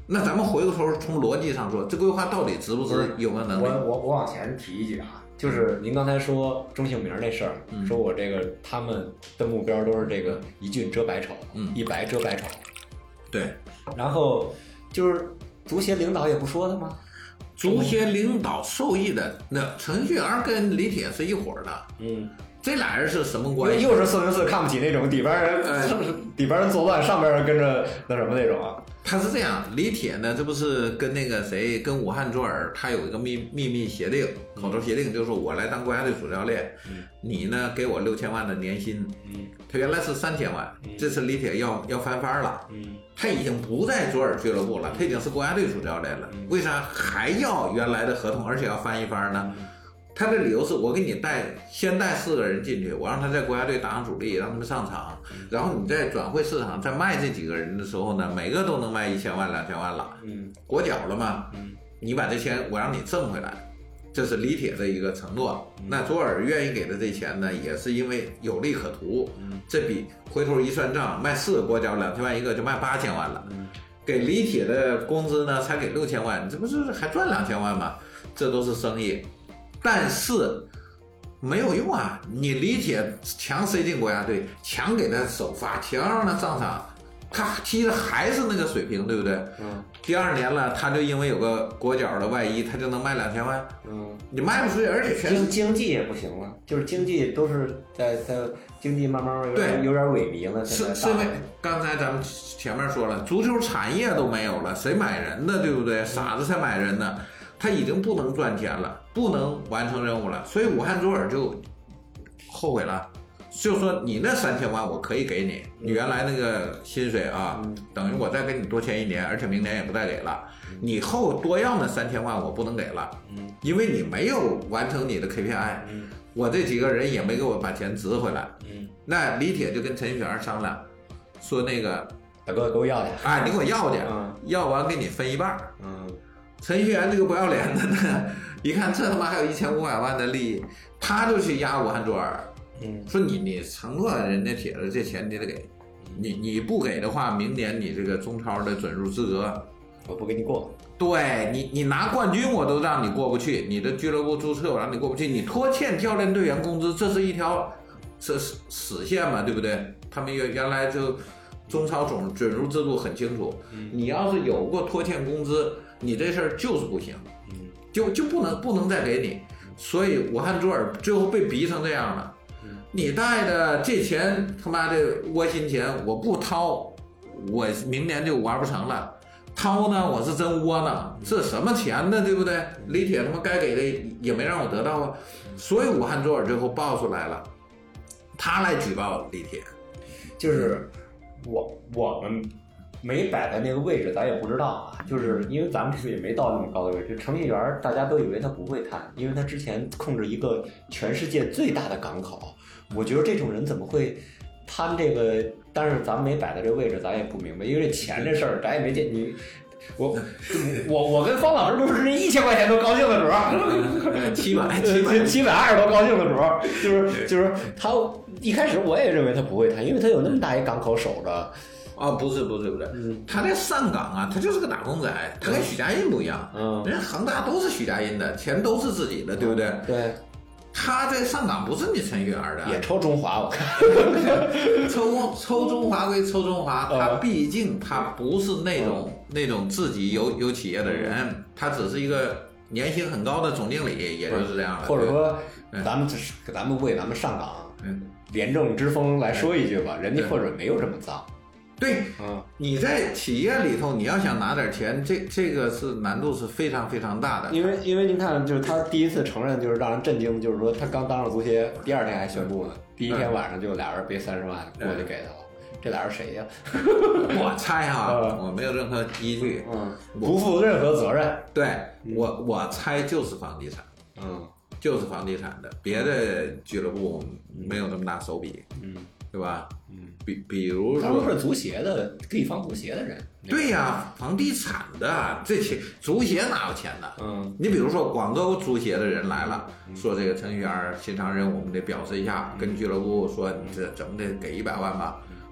那咱们回过头从逻辑上说，这规划到底值不值，有没有能力？ 我往前提一句啊，就是您刚才说钟姓名那事儿，说我这个他们的目标都是这个一俊遮百丑，一白遮百丑。 对， 然后就是足协领导也不说的吗？ 足协领导受益的那程序员跟李铁是一伙的，这俩人是什么关系？ 又是404看不起那种底边人，底边人作乱，上边人跟着那什么那种啊。 他是这样，李铁呢，这不是跟那个谁，跟武汉卓尔，他有一个秘密协定，口头协定，就是说我来当国家队主教练，你呢给我6000万的年薪，他原来是3000万，这次李铁要翻番了，他已经不在卓尔俱乐部了，他已经是国家队主教练了，为啥还要原来的合同，而且要翻一番呢？他的理由是我给你先带4个人进去，我让他在国家队打上主力，让他们上场，然后你在转会市场再卖这几个人的时候呢，每个都能卖1000万2000万了，国脚了嘛，你把这钱我让你挣回来，这是李铁的一个承诺。那卓尔愿意给的这钱呢，也是因为有利可图，这笔回头一算账，卖4个国脚2000万一个就卖8000万了，给李铁的工资呢才给6000万，这不是还赚2000万吗？这都是生意。但是没有用啊！你李铁强塞进国家队，强给他首发，强让他上场，他踢的还是那个水平，对不对？第2年了，他就因为有个国脚的外衣，他就能卖2000万。你卖不出去，而且全经济也不行了，就是经济都是在经济慢慢有点萎靡了。 是因为刚才咱们前面说了，足球产业都没有了，谁买人呢？对不对？傻子才买人呢。他已经不能赚钱了，不能完成任务了，所以武汉卓尔就后悔了，就说你那3000万我可以给你，你原来那个薪水啊，等于我再给你多签1年，而且明年也不再给了，你后多要那3000万我不能给了，因为你没有完成你的 KPI，我这几个人也没给我把钱值回来，那李铁就跟陈戌源商量，说那个大哥给我要去， 哎，你给我要去，要完给你分一半，陈戌源这个不要脸的呢，一看这他妈还有1500万的利益，他就去压武汉卓尔，说你承诺人家铁子这钱你得给，你不给的话，明年你这个中超的准入资格我不给你过。 对你拿冠军我都让你过不去，你的俱乐部注册我让你过不去，你拖欠教练队员工资，这是一条死线嘛，对不对？他们原来就中超准入制度很清楚，你要是有过拖欠工资，你这事儿就是不行，就不能再给你，所以武汉卓尔最后被逼成这样了。你带的这钱他妈的窝心钱，我不掏，我明年就玩不成了。掏呢，我是真窝囊，这什么钱呢，对不对？李铁他妈该给的也没让我得到啊，所以武汉卓尔最后爆出来了，他来举报李铁， 就是我们没摆在那个位置，咱也不知道啊。就是因为咱们其实也没到那么高的位置。程序员大家都以为他不会贪，因为他之前控制一个全世界最大的港口。我觉得这种人怎么会贪这个？但是咱们没摆在这个位置，咱也不明白，因为这钱这事儿咱也没见你。我跟方老师都是这1000块钱都高兴的时候，720多高兴的时候，就是他一开始我也认为他不会贪，因为他有那么大一港口守着。 哦，不是，他在上港啊，他就是个打工仔，他跟许家印不一样，人家恒大都是许家印的，钱都是自己的，对不对？ 对。 他在上港不是你程序员的， 也抽中华，我看抽中华归抽中华，他毕竟他不是那种自己有企业的人，他只是一个年薪很高的总经理，也就是这样的。 或者说，咱们为咱们上港廉政之风来说一句吧，人家或者没有这么脏。 对，你在企业里头，你要想拿点钱，这个是难度是非常非常大的。 因为您看，就是他第一次承认，就是让人震惊，就是说他刚当上足协，第2天还宣布呢，第1天晚上就俩人背30万过去给他了。这俩人谁呀？ 我猜哈，我没有任何依据， 不负任何责任。 对，我猜就是房地产，就是房地产的，别的俱乐部没有那么大手笔，对吧？比如说， 他们是足协的地方足协的人。 对呀，房地产的这些足协哪有钱的？你比如说广州足协的人来了，说这个程序员新上任，我们得表示一下，跟俱乐部说你这怎么得给100万吧？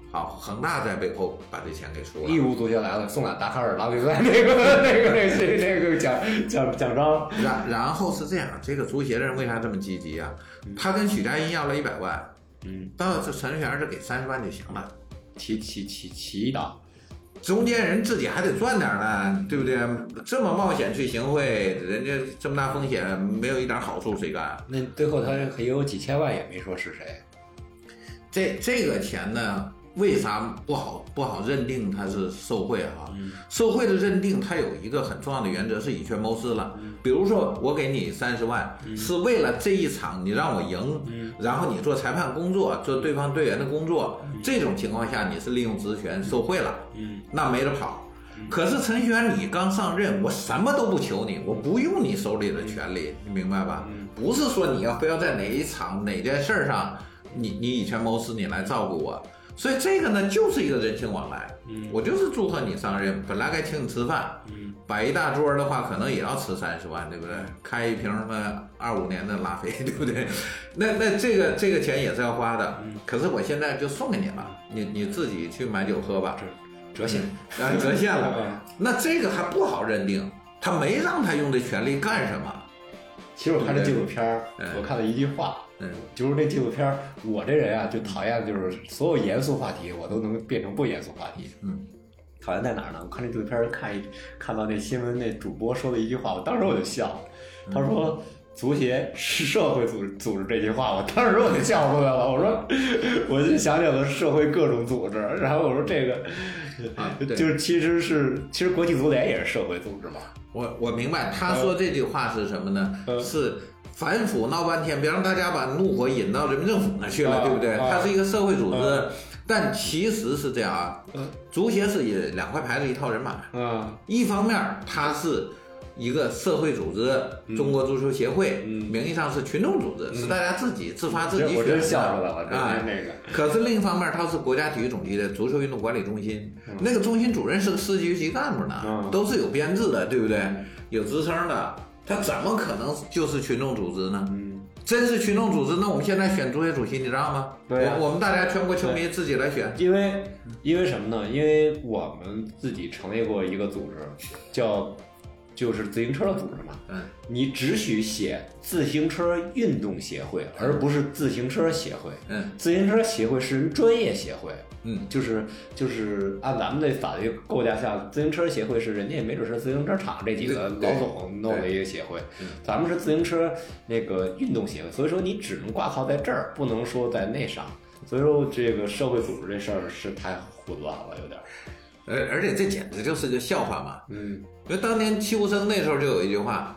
好，恒大在背后把这钱给出了。 义乌足协来了，送俩达喀尔拉力赛那个奖章。 然后是这样，这个足协人为啥这么积极啊？他跟许家印要了100万，到这陈水扁是给30万就行了， 起一档。 中间人自己还得赚点呢，对不对？这么冒险去行贿，人家这么大风险，没有一点好处谁干？ 那最后他也有几千万，也没说是谁。 这个钱呢？为啥不好认定它是受贿啊？受贿的认定它有一个很重要的原则是以权谋私了。比如说我给你30万，是为了这一场你让我赢，然后你做裁判工作，做对方队员的工作，这种情况下你是利用职权受贿了，那没得跑。可是陈戌源你刚上任，我什么都不求你，我不用你手里的权利，你明白吧？不是说你要非要在哪一场哪件事上，你以权谋私，你来照顾我。所以这个呢，就是一个人情往来。我就是祝贺你上任，本来该请你吃饭，摆一大桌的话，可能也要吃30万，对不对？开一瓶什么25年的拉菲，对不对？那这个钱也是要花的。可是我现在就送给你了，你自己去买酒喝吧， 折现折现了。那这个还不好认定，他没让他用这权利干什么。 其实我看这纪录片，我看了一句话。就是这纪录片，我这人啊就讨厌，就是所有严肃话题我都能变成不严肃话题。讨厌在哪儿呢？我看这纪录片看到那新闻那主播说的一句话，我当时我就笑。他说足协是社会组织这句话，我当时我就笑出来了。我就想起了社会各种组织，然后我说这个就是其实国际足联也是社会组织嘛。 我明白他说这句话是什么呢？是反腐闹半天，别让大家把怒火引到人民政府那去了，对不对？它是一个社会组织，但其实是这样啊。足协是以2块牌子一套人马，一方面它是一个社会组织，中国足球协会，名义上是群众组织，是大家自己自发自己选的。 我真笑出来了，那个。 可是另一方面，它是国家体育总局的足球运动管理中心，那个中心主任是个市局级干部呢，都是有编制的，对不对？有职称的。他怎么可能就是群众组织呢？真是群众组织，那我们现在选足协主席，你知道吗？ 对啊， 我们大家全国球迷自己来选。 因为什么呢？因为我们自己成立过一个组织，就是自行车的组织嘛。你只许写自行车运动协会，而不是自行车协会。自行车协会是专业协会。就是按咱们这法律构架下，自行车协会是人家没准是自行车厂这几个老总弄的一个协会，咱们是自行车那个运动协会，所以说你只能挂靠在这儿，不能说在那上。所以说这个社会组织这事儿是太混乱了，有点。 而且这简直就是个笑话嘛。因为当年戚务生那时候就有一句话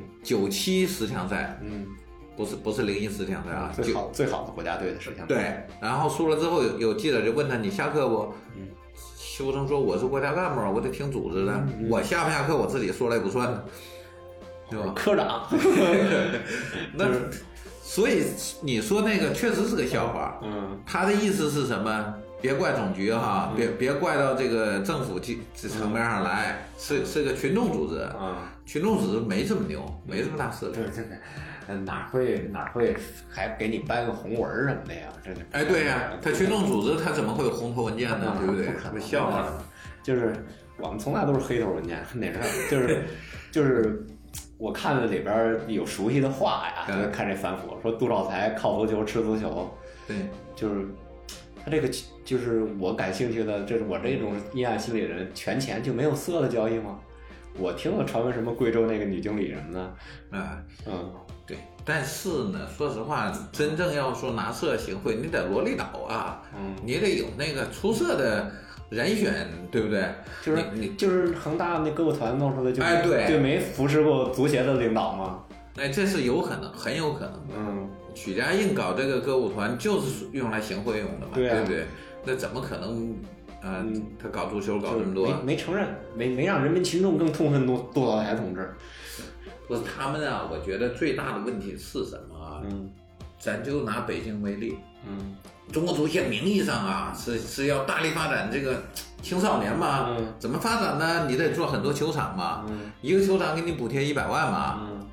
，97十强赛，不是01十强赛啊， 最好的国家队的十强赛。 对，然后输了之后有记者就问他你下课不？戚务生说我是国家干部，我得听组织的，我下不下课我自己说了也不算的，对吧？ 科长。 那所以你说那个确实是个笑话。他的意思是什么？别怪总局哈，别怪到这个政府这层面上来，是个群众组织。群众组织没这么牛，没这么大势力。 哪会还给你颁个红文什么的呀？这对呀，他群众组织他怎么会有红头文件呢？对不对？ 不笑话。就是我们从来都是黑头文件，哪事就是我看了里边有熟悉的话呀，看这反腐说杜兆才靠足球吃足球， 对， 就是他这个就是我感兴趣的，就是我这种阴暗心理人，权钱就没有色的交易吗？我听了传闻什么贵州那个女经理什么的， 对，但是呢，说实话，真正要说拿色行贿，你得罗里岛啊，你得有那个出色的人选，对不对？ 就是恒大那歌舞团弄出来对， 就没扶持过足协的领导吗？ 这是有可能，很有可能。许家印搞这个歌舞团就是用来行贿用的嘛，对不对？那怎么可能？他搞足球搞这么多， 没承认，没让人民群众更痛恨杜兆才同志。 不是他们啊，我觉得最大的问题是什么啊？咱就拿北京为例，中国足协名义上啊是要大力发展这个青少年嘛，怎么发展呢？你得做很多球场嘛，一个球场给你补贴100万嘛，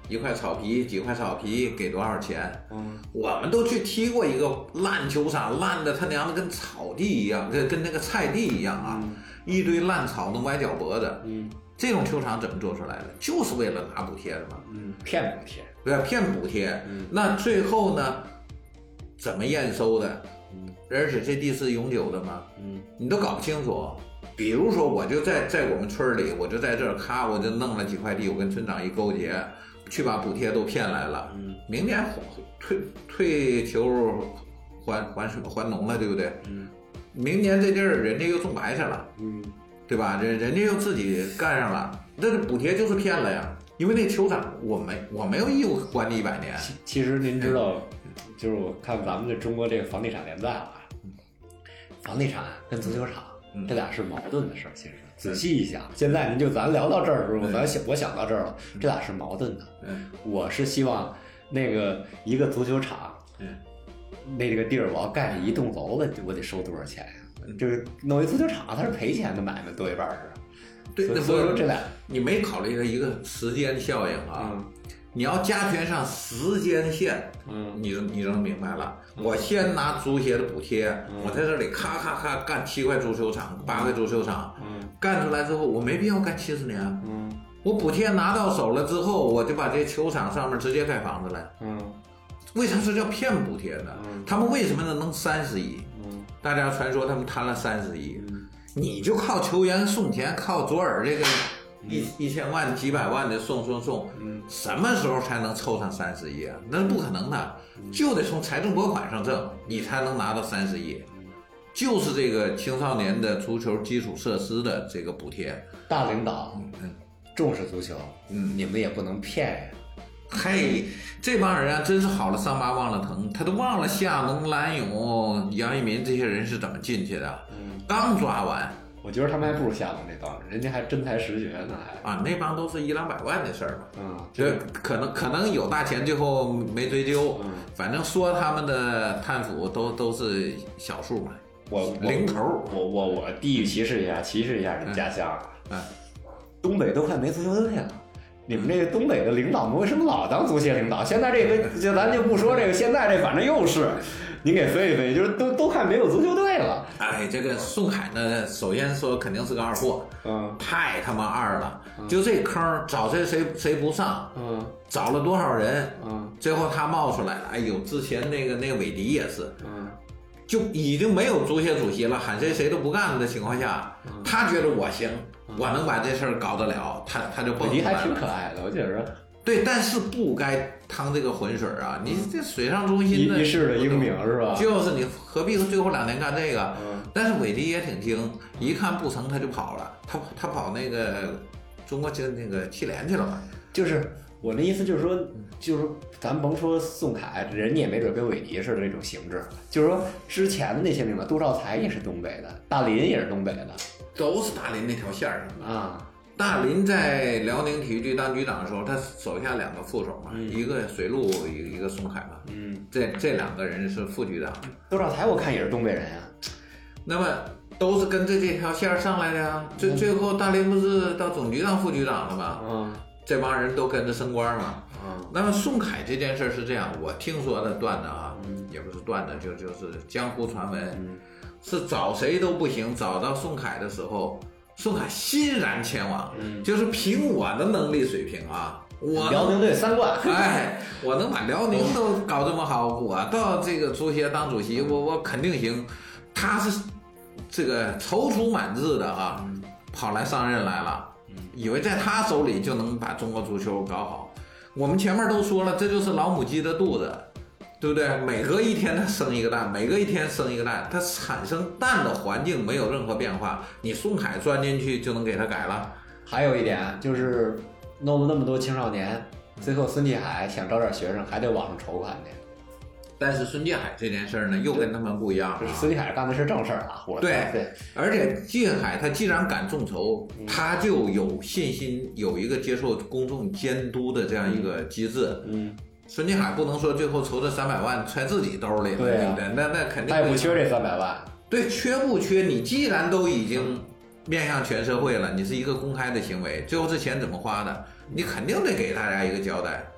一块草皮几块草皮给多少钱？我们都去踢过一个烂球场，烂的他娘的跟草地一样，跟那个菜地一样啊，一堆烂草能崴脚脖子。这种球场怎么做出来的？就是为了拿补贴的嘛。 骗补贴， 对吧？骗补贴。那最后呢，怎么验收的？而且这地是永久的吗？你都搞不清楚。比如说，我就在我们村里，我就在这儿，咔，我就弄了几块地，我跟村长一勾结，去把补贴都骗来了。明年退球还农了，对不对？明年这地儿人家又种白菜了，对吧？人家又自己干上了，这补贴就是骗了呀。因为那球场我没有义务管你100年。 其实您知道，就是我看咱们这中国这个房地产联赛啊，房地产跟足球场。这俩是矛盾的事儿，其实仔细一想，现在咱聊到这儿的时候，我想到这儿了，这俩是矛盾的。我是希望那个一个足球场，那个地儿我要盖一栋楼的，我得收多少钱呀？就是弄一足球场，它是赔钱的买卖，多一半是。 对， 所以说这俩你没考虑到一个时间效应啊。你要加权上时间线，你就能明白了。我先拿足协的补贴，我在这里咔咔咔干7块足球场、8块足球场，干出来之后，我没必要干70年。我补贴拿到手了之后，我就把这球场上面直接盖房子了。为啥是叫骗补贴呢？他们为什么能30亿？大家传说他们贪了30亿，你就靠球员送钱，靠左耳这个。1000万几百万的送，什么时候才能凑上30亿啊？那是不可能的，就得从财政拨款上挣，你才能拿到30亿。就是这个青少年的足球基础设施的这个补贴。 大领导重视足球，你们也不能骗呀。 嘿，这帮人啊，真是好了伤疤忘了疼，他都忘了夏农、蓝勇、杨一民这些人是怎么进去的。刚抓完。 我觉得他们还不如夏农这帮人家还真才实学呢，还那帮都是100-200万的事儿嘛。这可能有大钱，最后没追究。反正说他们的贪腐都是小数嘛，零头。 我地域歧视一下人家乡。东北都快没足球队了，你们这个东北的领导们为什么老当足协领导？现在这个就咱就不说这个，现在这反正又是。您给飞一飞，就是都快没有足球队了。 这个宋海呢，首先说肯定是个二货，太他妈二了。就这坑找谁不上，找了多少人，最后他冒出来了。哎呦，之前那个韦迪也是，就已经没有足协主席了，喊谁都不干的情况下，他觉得我行，我能把这事儿搞得了，他就蹦出来了。韦迪还挺可爱的，我觉着。 对，但是不该趟这个浑水啊！你这水上中心的一世的英名是吧？ 就是你何必最后2年干这个？但是韦迪也挺精，一看不成他就跑了，他跑那个中国那个汽联去了嘛。 就是我的意思就是说，咱甭说宋凯，人家也没准跟韦迪似的这种形制。就是说之前的那些领导，杜兆才也是东北的，大林也是东北的， 都是大林那条线上的啊。 大林在辽宁体育局当局长的时候，他手下2个副手嘛，一个水路，一个宋凯嘛。这2个人是副局长。 杜兆才我看也是东北人啊。 那么都是跟这条线上来的呀。最后大林不是到总局当副局长了吗？这帮人都跟着升官嘛。那么宋凯这件事是这样，我听说的段子啊，也不是段子，就是江湖传闻，是找谁都不行，找到宋凯的时候。宋凯欣然前往，就是凭我的能力水平啊，我辽宁队3冠， 我能把辽宁都搞这么好，我到这个足协当主席，我肯定行。他是这个踌躇满志的啊，跑来上任来了，以为在他手里就能把中国足球搞好。我们前面都说了，这就是老母鸡的肚子。对不对？每隔1天它生一个蛋，每隔1天生一个蛋，它产生蛋的环境没有任何变化，你宋凯钻进去就能给它改了。 还有一点就是弄了那么多青少年，最后孙继海想招点学生还得网上筹款去。 但是孙继海这件事呢，又跟他们不一样。 孙继海干的是正事儿啊， 对，而且继海他既然敢众筹，他就有信心有一个接受公众监督的这样一个机制。孙继海不能说最后筹这300万揣自己兜里， 对啊， 那肯定他也不缺这300万。 对，缺不缺？你既然都已经面向全社会了，你是一个公开的行为，最后这钱怎么花的，你肯定得给大家一个交代。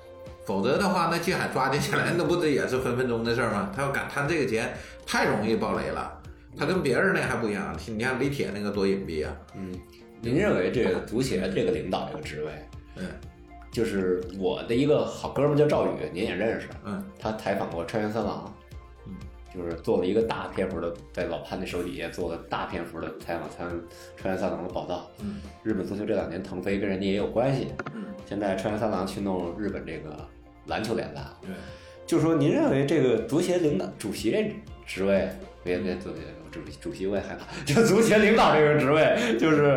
否则的话，那金海抓进去来，那不这也是分分钟的事吗？他要敢贪这个钱，太容易爆雷了。他跟别人那还不一样，你看李铁那个多隐蔽啊。 您认为这个足协这个领导这个职位，就是我的一个好哥们叫赵宇，您也认识，他采访过川原三郎，就是做了一个大篇幅的，在老潘的手底下做了大篇幅的采访川原三郎的报道。日本足球这2年腾飞跟人家也有关系。现在川原三郎去弄日本这个篮球联赛，就是说您认为这个足协领导主席这职位，别主席我也害怕，就足协领导这个职位，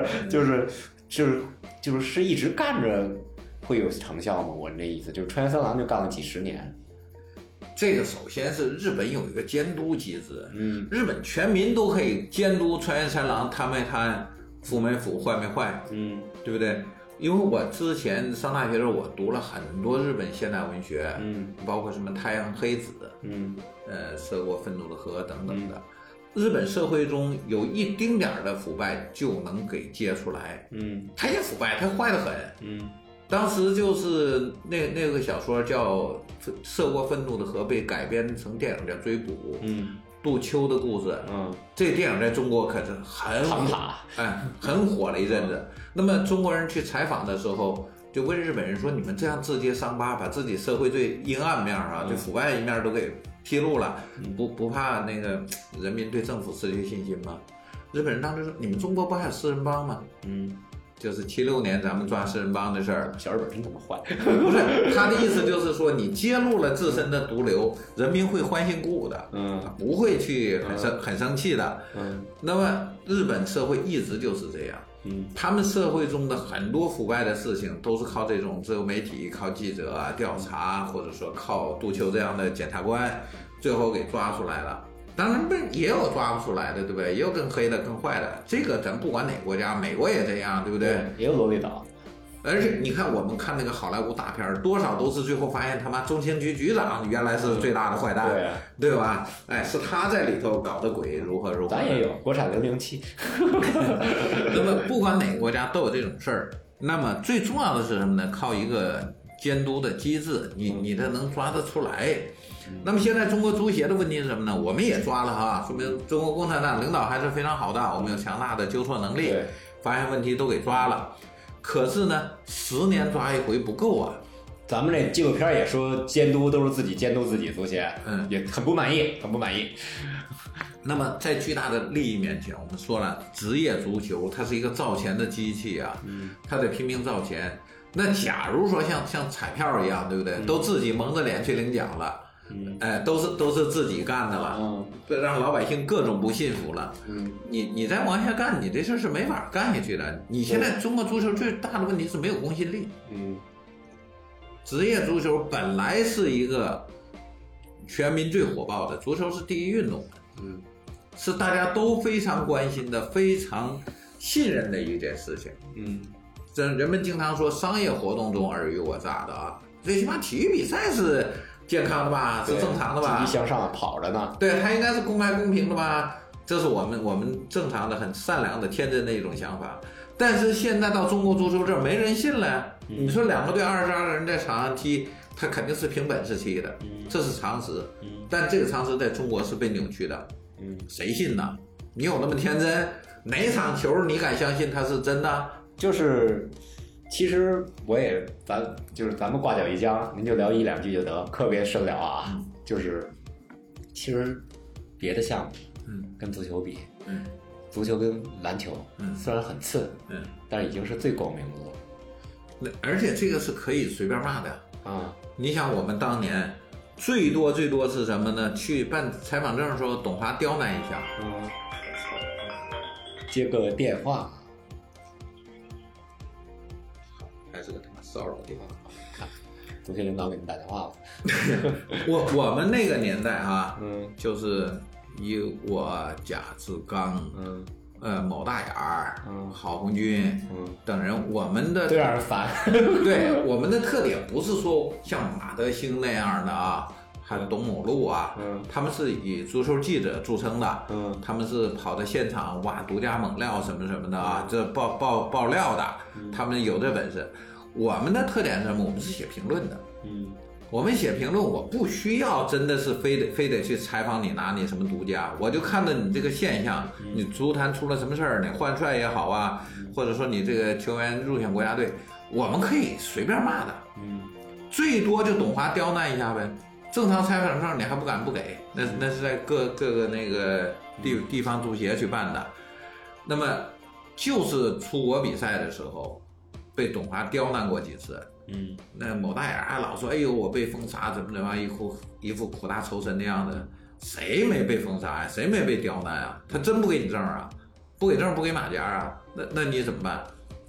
就是一直干着会有成效吗？我这意思就是川原三郎就干了几十年。 这个首先是日本有一个监督机制，日本全民都可以监督川原三郎贪没贪、腐没腐、坏没坏，对不对？因为我之前上大学的时候，我读了很多日本现代文学，包括什么太阳黑子，涉过愤怒的河等等的。日本社会中有一丁点的腐败就能给揭出来，他也腐败，他坏得很，当时就是那个小说叫《涉过愤怒的河》被改编成电影叫《追捕》，杜秋的故事，这电影在中国可是很火，很火了一阵子。那么中国人去采访的时候，就问日本人说：“你们这样自揭伤疤，把自己社会最阴暗面啊，就腐败一面都给披露了，不怕那个人民对政府失去信心吗？”日本人当时说：“你们中国不还有4人帮吗？”就是76年咱们抓4人帮的事儿， 小日本真他妈坏。 不是，他的意思就是说，你揭露了自身的毒瘤，人民会欢欣鼓舞的，不会去很生气的。那么日本社会一直就是这样，他们社会中的很多腐败的事情都是靠这种自由媒体、靠记者调查，或者说靠杜秋这样的检察官，最后给抓出来了。当然也有抓不出来的，对不对？也有更黑的、更坏的。这个咱不管哪个国家，美国也这样，对不对？ 也有萝莉岛。 而且你看，我们看那个好莱坞大片，多少都是最后发现他妈中情局局长原来是最大的坏蛋，对吧？是他在里头搞的鬼，如何。 咱也有国产007。 那么不管哪个国家都有这种事儿。那么最重要的是什么呢？靠一个监督的机制，你这能抓得出来。那么现在中国足协的问题是什么呢？我们也抓了哈，说明中国共产党领导还是非常好的，我们有强大的纠错能力，发现问题都给抓了。可是呢，10年抓一回不够啊。 咱们这纪录片也说监督都是自己监督自己，足协也很不满意。 那么在巨大的利益面前，我们说了，职业足球它是一个造钱的机器啊，它得拼命造钱。那假如说像彩票一样，对不对？都自己蒙着脸去领奖了。都是自己干的了，让老百姓各种不信服了。你再往下干，你这事是没法干下去的。你现在中国足球最大的问题是没有公信力。职业足球本来是一个全民最火爆的，足球是第一运动，是大家都非常关心的、非常信任的一件事情。这人们经常说商业活动中尔虞我诈的啊，最起码体育比赛是健康的吧，是正常的吧， 积极向上跑着呢。 对，它应该是公开公平的吧，这是我们正常的、很善良的、天真的一种想法。但是现在到中国足球这儿没人信了。你说2个队22个人在场上踢，他肯定是凭本事踢的，这是常识。但这个常识在中国是被扭曲的。谁信呢？你有那么天真？哪场球你敢相信它是真的？ 其实咱们挂脚一僵，您就聊1-2句就得，特别深聊啊。其实别的项目，跟足球比，足球跟篮球，虽然很次，但是已经是最光明的了。 而且这个是可以随便骂的啊！你想我们当年最多是什么呢？去办采访证的时候，董华刁难一下， 接个电话。 还是个他妈骚扰电话， 足协领导给你打电话了。 我们那个年代哈，就是以我贾志刚，某大眼儿，郝红军，等人，我们的最让人烦。 对，我们的特点不是说像马德兴那样的啊，还有董某路啊，他们是以足球记者著称的，他们是跑到现场挖独家猛料什么什么的啊，这爆料的，他们有这本事。我们的特点是什么？我们是写评论的， 我们写评论，我不需要真的是非得去采访你，拿你什么独家，我就看着你这个现象，你足坛出了什么事儿，你换帅也好啊，或者说你这个球员入选国家队，我们可以随便骂的，最多就董华刁难一下呗。正常采访证你还不敢不给，那是在各个那个地方足协去办的。那么就是出国比赛的时候，被董华刁难过几次。那某大眼还老说，哎呦，我被封杀，怎么一副苦大仇深的样子。谁没被封杀呀？谁没被刁难啊？他真不给你证啊？不给证，不给马甲啊？那你怎么办？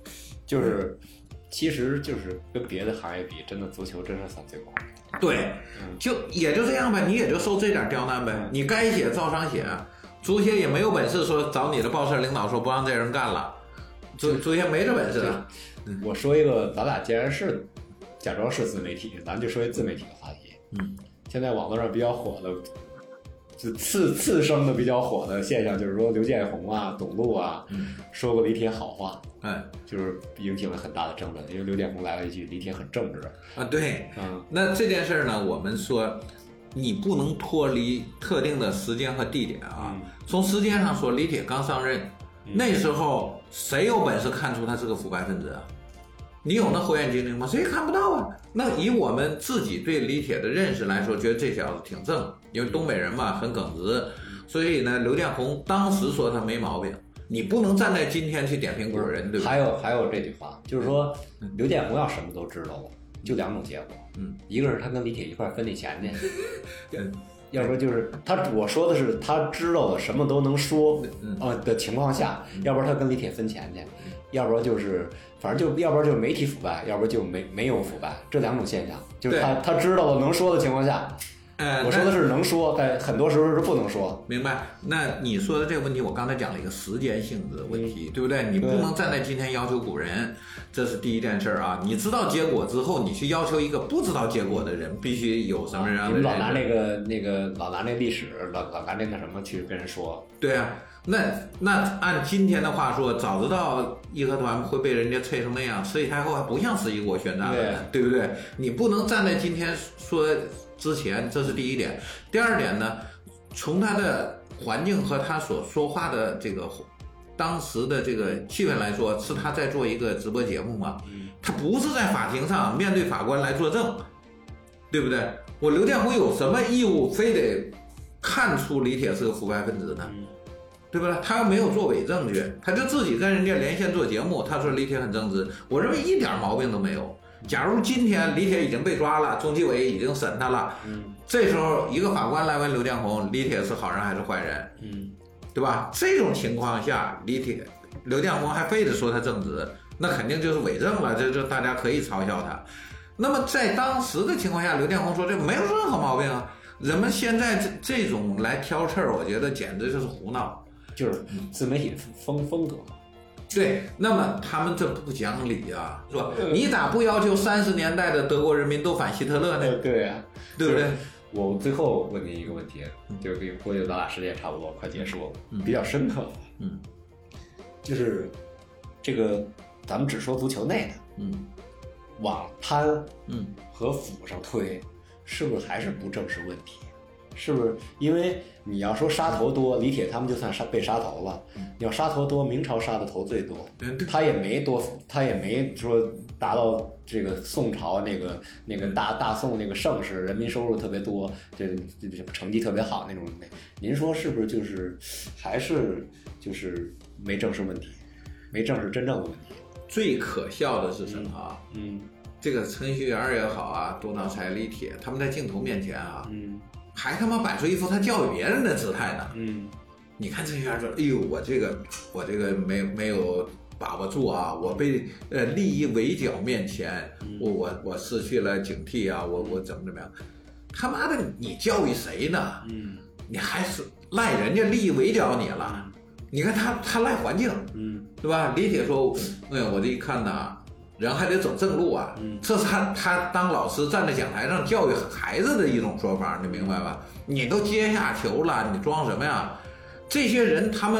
其实就是跟别的行业比，真的足球真是算最公平。 对，也就这样呗，你也就受这点刁难呗。你该写照常写，足协也没有本事说找你的报社领导说不让这人干了，足协没这本事的。 我说一个，咱俩既然是假装是自媒体，咱就说一自媒体的话题。现在网络上比较火的，就次生的比较火的现象，就是说刘建宏啊、董路啊，说过李铁好话，就是引起了很大的争论，因为刘建宏来了一句李铁很正直啊，对，那这件事呢，我们说你不能脱离特定的时间和地点啊。从时间上说，李铁刚上任，那时候谁有本事看出他是个腐败分子啊？你有那火眼金睛吗？谁看不到啊？那以我们自己对李铁的认识来说，觉得这小子挺正，因为东北人嘛，很耿直，所以呢，刘建宏当时说他没毛病。你不能站在今天去点评古人，对吧？ 还有这句话，就是说刘建宏要什么都知道了，就两种结果，一个是他跟李铁一块分那钱去，要不就是我说的是他知道的什么都能说的情况下，要不然他跟李铁分钱去，要不然就是反正要不然就是媒体腐败，要不然就没有腐败，这两种现象，就是他知道了能说的情况下。我说的是能说，但很多时候是不能说。 明白？那你说的这个问题，我刚才讲了一个时间性质的问题，对不对？你不能站在今天要求古人，这是第一件事啊。你知道结果之后，你去要求一个不知道结果的人，必须有什么样的人？ 老拿老拿那历史，老拿那个什么去跟人说。 对啊，那按今天的话说，早知道义和团会被人家吹成那样，慈禧太后还不像11国宣战了，对不对？你不能站在今天说之前，这是第一点。第二点呢，从他的环境和他所说话的这个当时的这个气氛来说，是他在做一个直播节目嘛？他不是在法庭上面对法官来作证，对不对？我刘建宏有什么义务非得看出李铁是个腐败分子呢？对吧？他又没有做伪证据，他就自己跟人家连线做节目，他说李铁很正直，我认为一点毛病都没有。假如今天李铁已经被抓了，中纪委已经审他了，这时候一个法官来问刘建宏，李铁是好人还是坏人，对吧？这种情况下，刘建宏还非得说他正直，那肯定就是伪证了，这大家可以嘲笑他。那么在当时的情况下，刘建宏说这没有任何毛病啊。人们现在这种来挑刺儿，我觉得简直就是胡闹， 就是自媒体风格。 对，那么他们这不讲理啊，是吧？你咋不要求30年代的德国人民都反希特勒呢？ 对呀， 对不对？ 我最后问你一个问题，就估计咱俩时间差不多，快结束了，比较深刻。就是这个咱们只说足球内的，往贪，和腐上推，是不是还是不正是问题？是不是因为你要说杀头多，李铁他们就算被杀头了，你要杀头多，明朝杀的头最多，他也没说达到这个宋朝那个大宋那个盛世，人民收入特别多，这成绩特别好那种。您说是不是就是还是就是没正视问题，没正视真正的问题？ 最可笑的是什么啊？这个程序员也好啊，多脑才、李铁，他们在镜头面前啊，还他妈摆出一副他教育别人的姿态呢。你看程序员说：“哎呦，我这个没有把握住啊，我被利益围剿面前，我失去了警惕啊，我怎么样？他妈的，你教育谁呢？你还是赖人家利益围剿你了。你看他赖环境，对吧？李铁说：我这一看呢。”人还得走正路啊，这是他当老师站在讲台上教育孩子的一种说法，你明白吧？你都接下球了，你装什么呀？这些人他们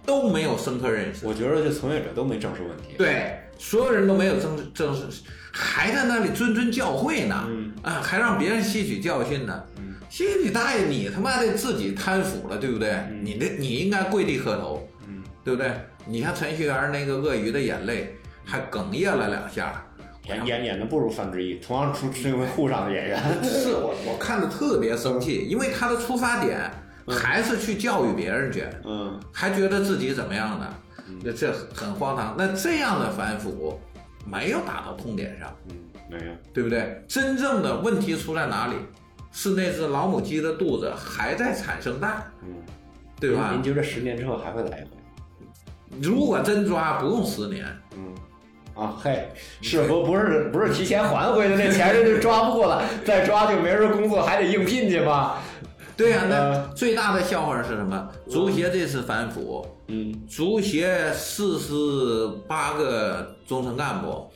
都没有深刻认识。 我觉得就从业者都没正视问题。 对，所有人都没有正视，还在那里谆教诲呢，还让别人吸取教训呢。吸取大爷，你他妈的自己贪腐了，对不对？你应该跪地磕头，对不对？你像程序员那个鳄鱼的眼泪，还哽咽了2下。 演的不如范志毅，同样是因为沪上的演员。 是我看的特别生气，因为他的出发点还是去教育别人去，还觉得自己怎么样呢？这很荒唐。那这样的反腐没有打到痛点上， 没有，对不对？真正的问题出在哪里？是那只老母鸡的肚子还在产生蛋，对吧？ 您觉得10年之后还会来一回？ 如果真抓，不用10年。 是不是提前还回去，那钱人就抓不过了，再抓就没人工作，还得应聘去吗？ 对呀，那最大的笑话是什么？足协这次反腐，足协48个中层干部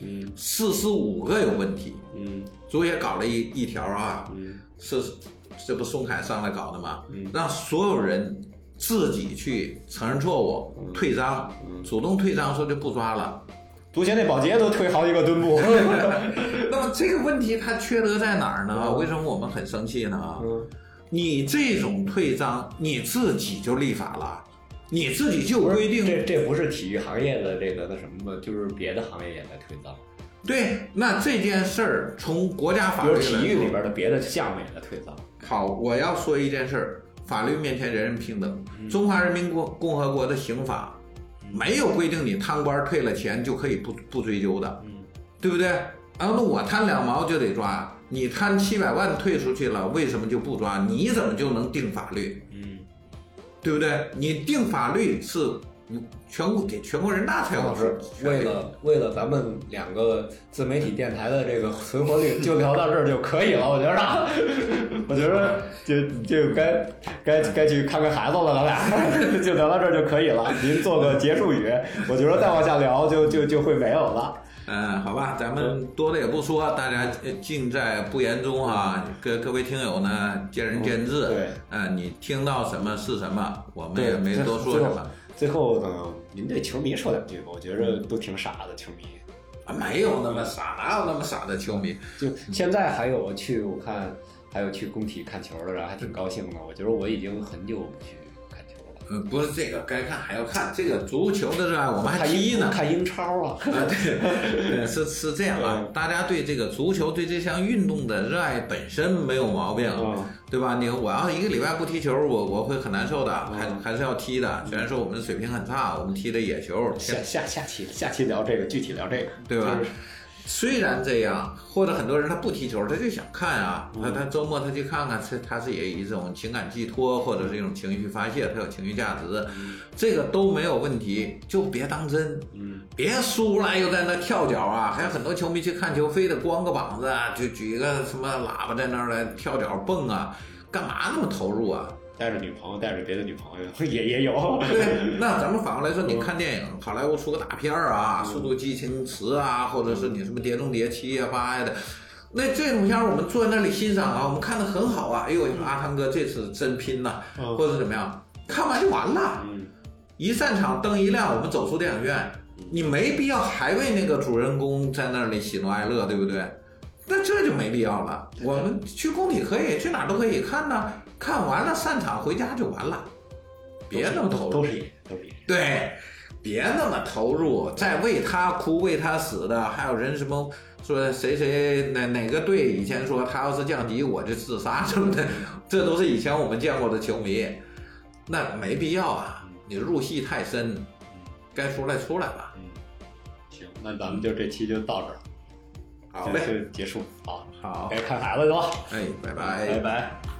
，45个有问题，足协搞了一条啊，这不宋凯上来搞的吗？让所有人自己去承认错误，退章，主动退章，说就不抓了。 足协那保洁都退好几个墩布。 那么这个问题它缺德在哪儿呢？为什么我们很生气呢？你这种退章，你自己就立法了，你自己就规定， 这不是体育行业的这个那什么，就是别的行业也在退章。 对，那这件事儿从国家法律， 比如体育里边的别的项目也在退章。 好，我要说一件事儿，法律面前人人平等。中华人民共和国的刑法没有规定你贪官退了钱就可以不追究的，对不对？然后我贪2毛就得抓，你贪700万退出去了，为什么就不抓？你怎么就能定法律？对不对？你定法律是全国人大才有。 为了咱们2个自媒体电台的这个存活率，就聊到这儿就可以了。我觉得就该去看看孩子了，咱俩就聊到这儿就可以了。您做个结束语，我觉得再往下聊就会没有了。 好吧，咱们多的也不说，大家尽在不言中啊。各位听友呢，见仁见智。 对， 你听到什么是什么，我们也没多说什么。 最后呢，您对球迷说2句吧，我觉着都挺傻的球迷。 没有那么傻，哪有那么傻的球迷？ 就现在我看还有去工体看球的人，还挺高兴的。我觉得我已经很久不去看球了。 不是这个该看还要看，这个足球的热爱我们还踢呢， 看英超啊。 对，是这样啊。大家对这个足球对这项运动的热爱本身没有毛病，对吧？我要1个礼拜不踢球，我会很难受的，还是要踢的。虽然说我们的水平很差，我们踢的野球。下期聊这个，具体聊这个，对吧？虽然这样，或者很多人他不踢球，他就想看啊，他周末他去看看，他是也一种情感寄托，或者是一种情绪发泄，他有情绪价值，这个都没有问题，就别当真，别输了又在那跳脚啊，还有很多球迷去看球，非得光个膀子啊，就举个什么喇叭在那儿来跳脚蹦啊，干嘛那么投入啊？ 带着女朋友，带着别的女朋友也有。 对，那咱们反过来说，你看电影，好莱坞出个大片啊，速度激情10啊，或者是你什么碟中谍7啊8呀的，那这种片我们坐在那里欣赏啊，我们看得很好啊，哎呦，阿汤哥这次真拼呐，或者怎么样，看完就完了。一散场灯一亮，我们走出电影院，你没必要还为那个主人公在那里喜怒哀乐，对不对？那这就没必要了。我们去工体可以，去哪儿都可以看呢。看完了散场回家就完了，别那么投入。 都是演。 对，别那么投入，再为他哭为他死的，还有人什么说谁哪个队以前说他要是降级我就自杀什么的，这都是以前我们见过的球迷，那没必要啊。你入戏太深，该出来吧。 行，那咱们就这期就到这儿。 好嘞， 就结束。好， 该看孩子去了。 拜拜。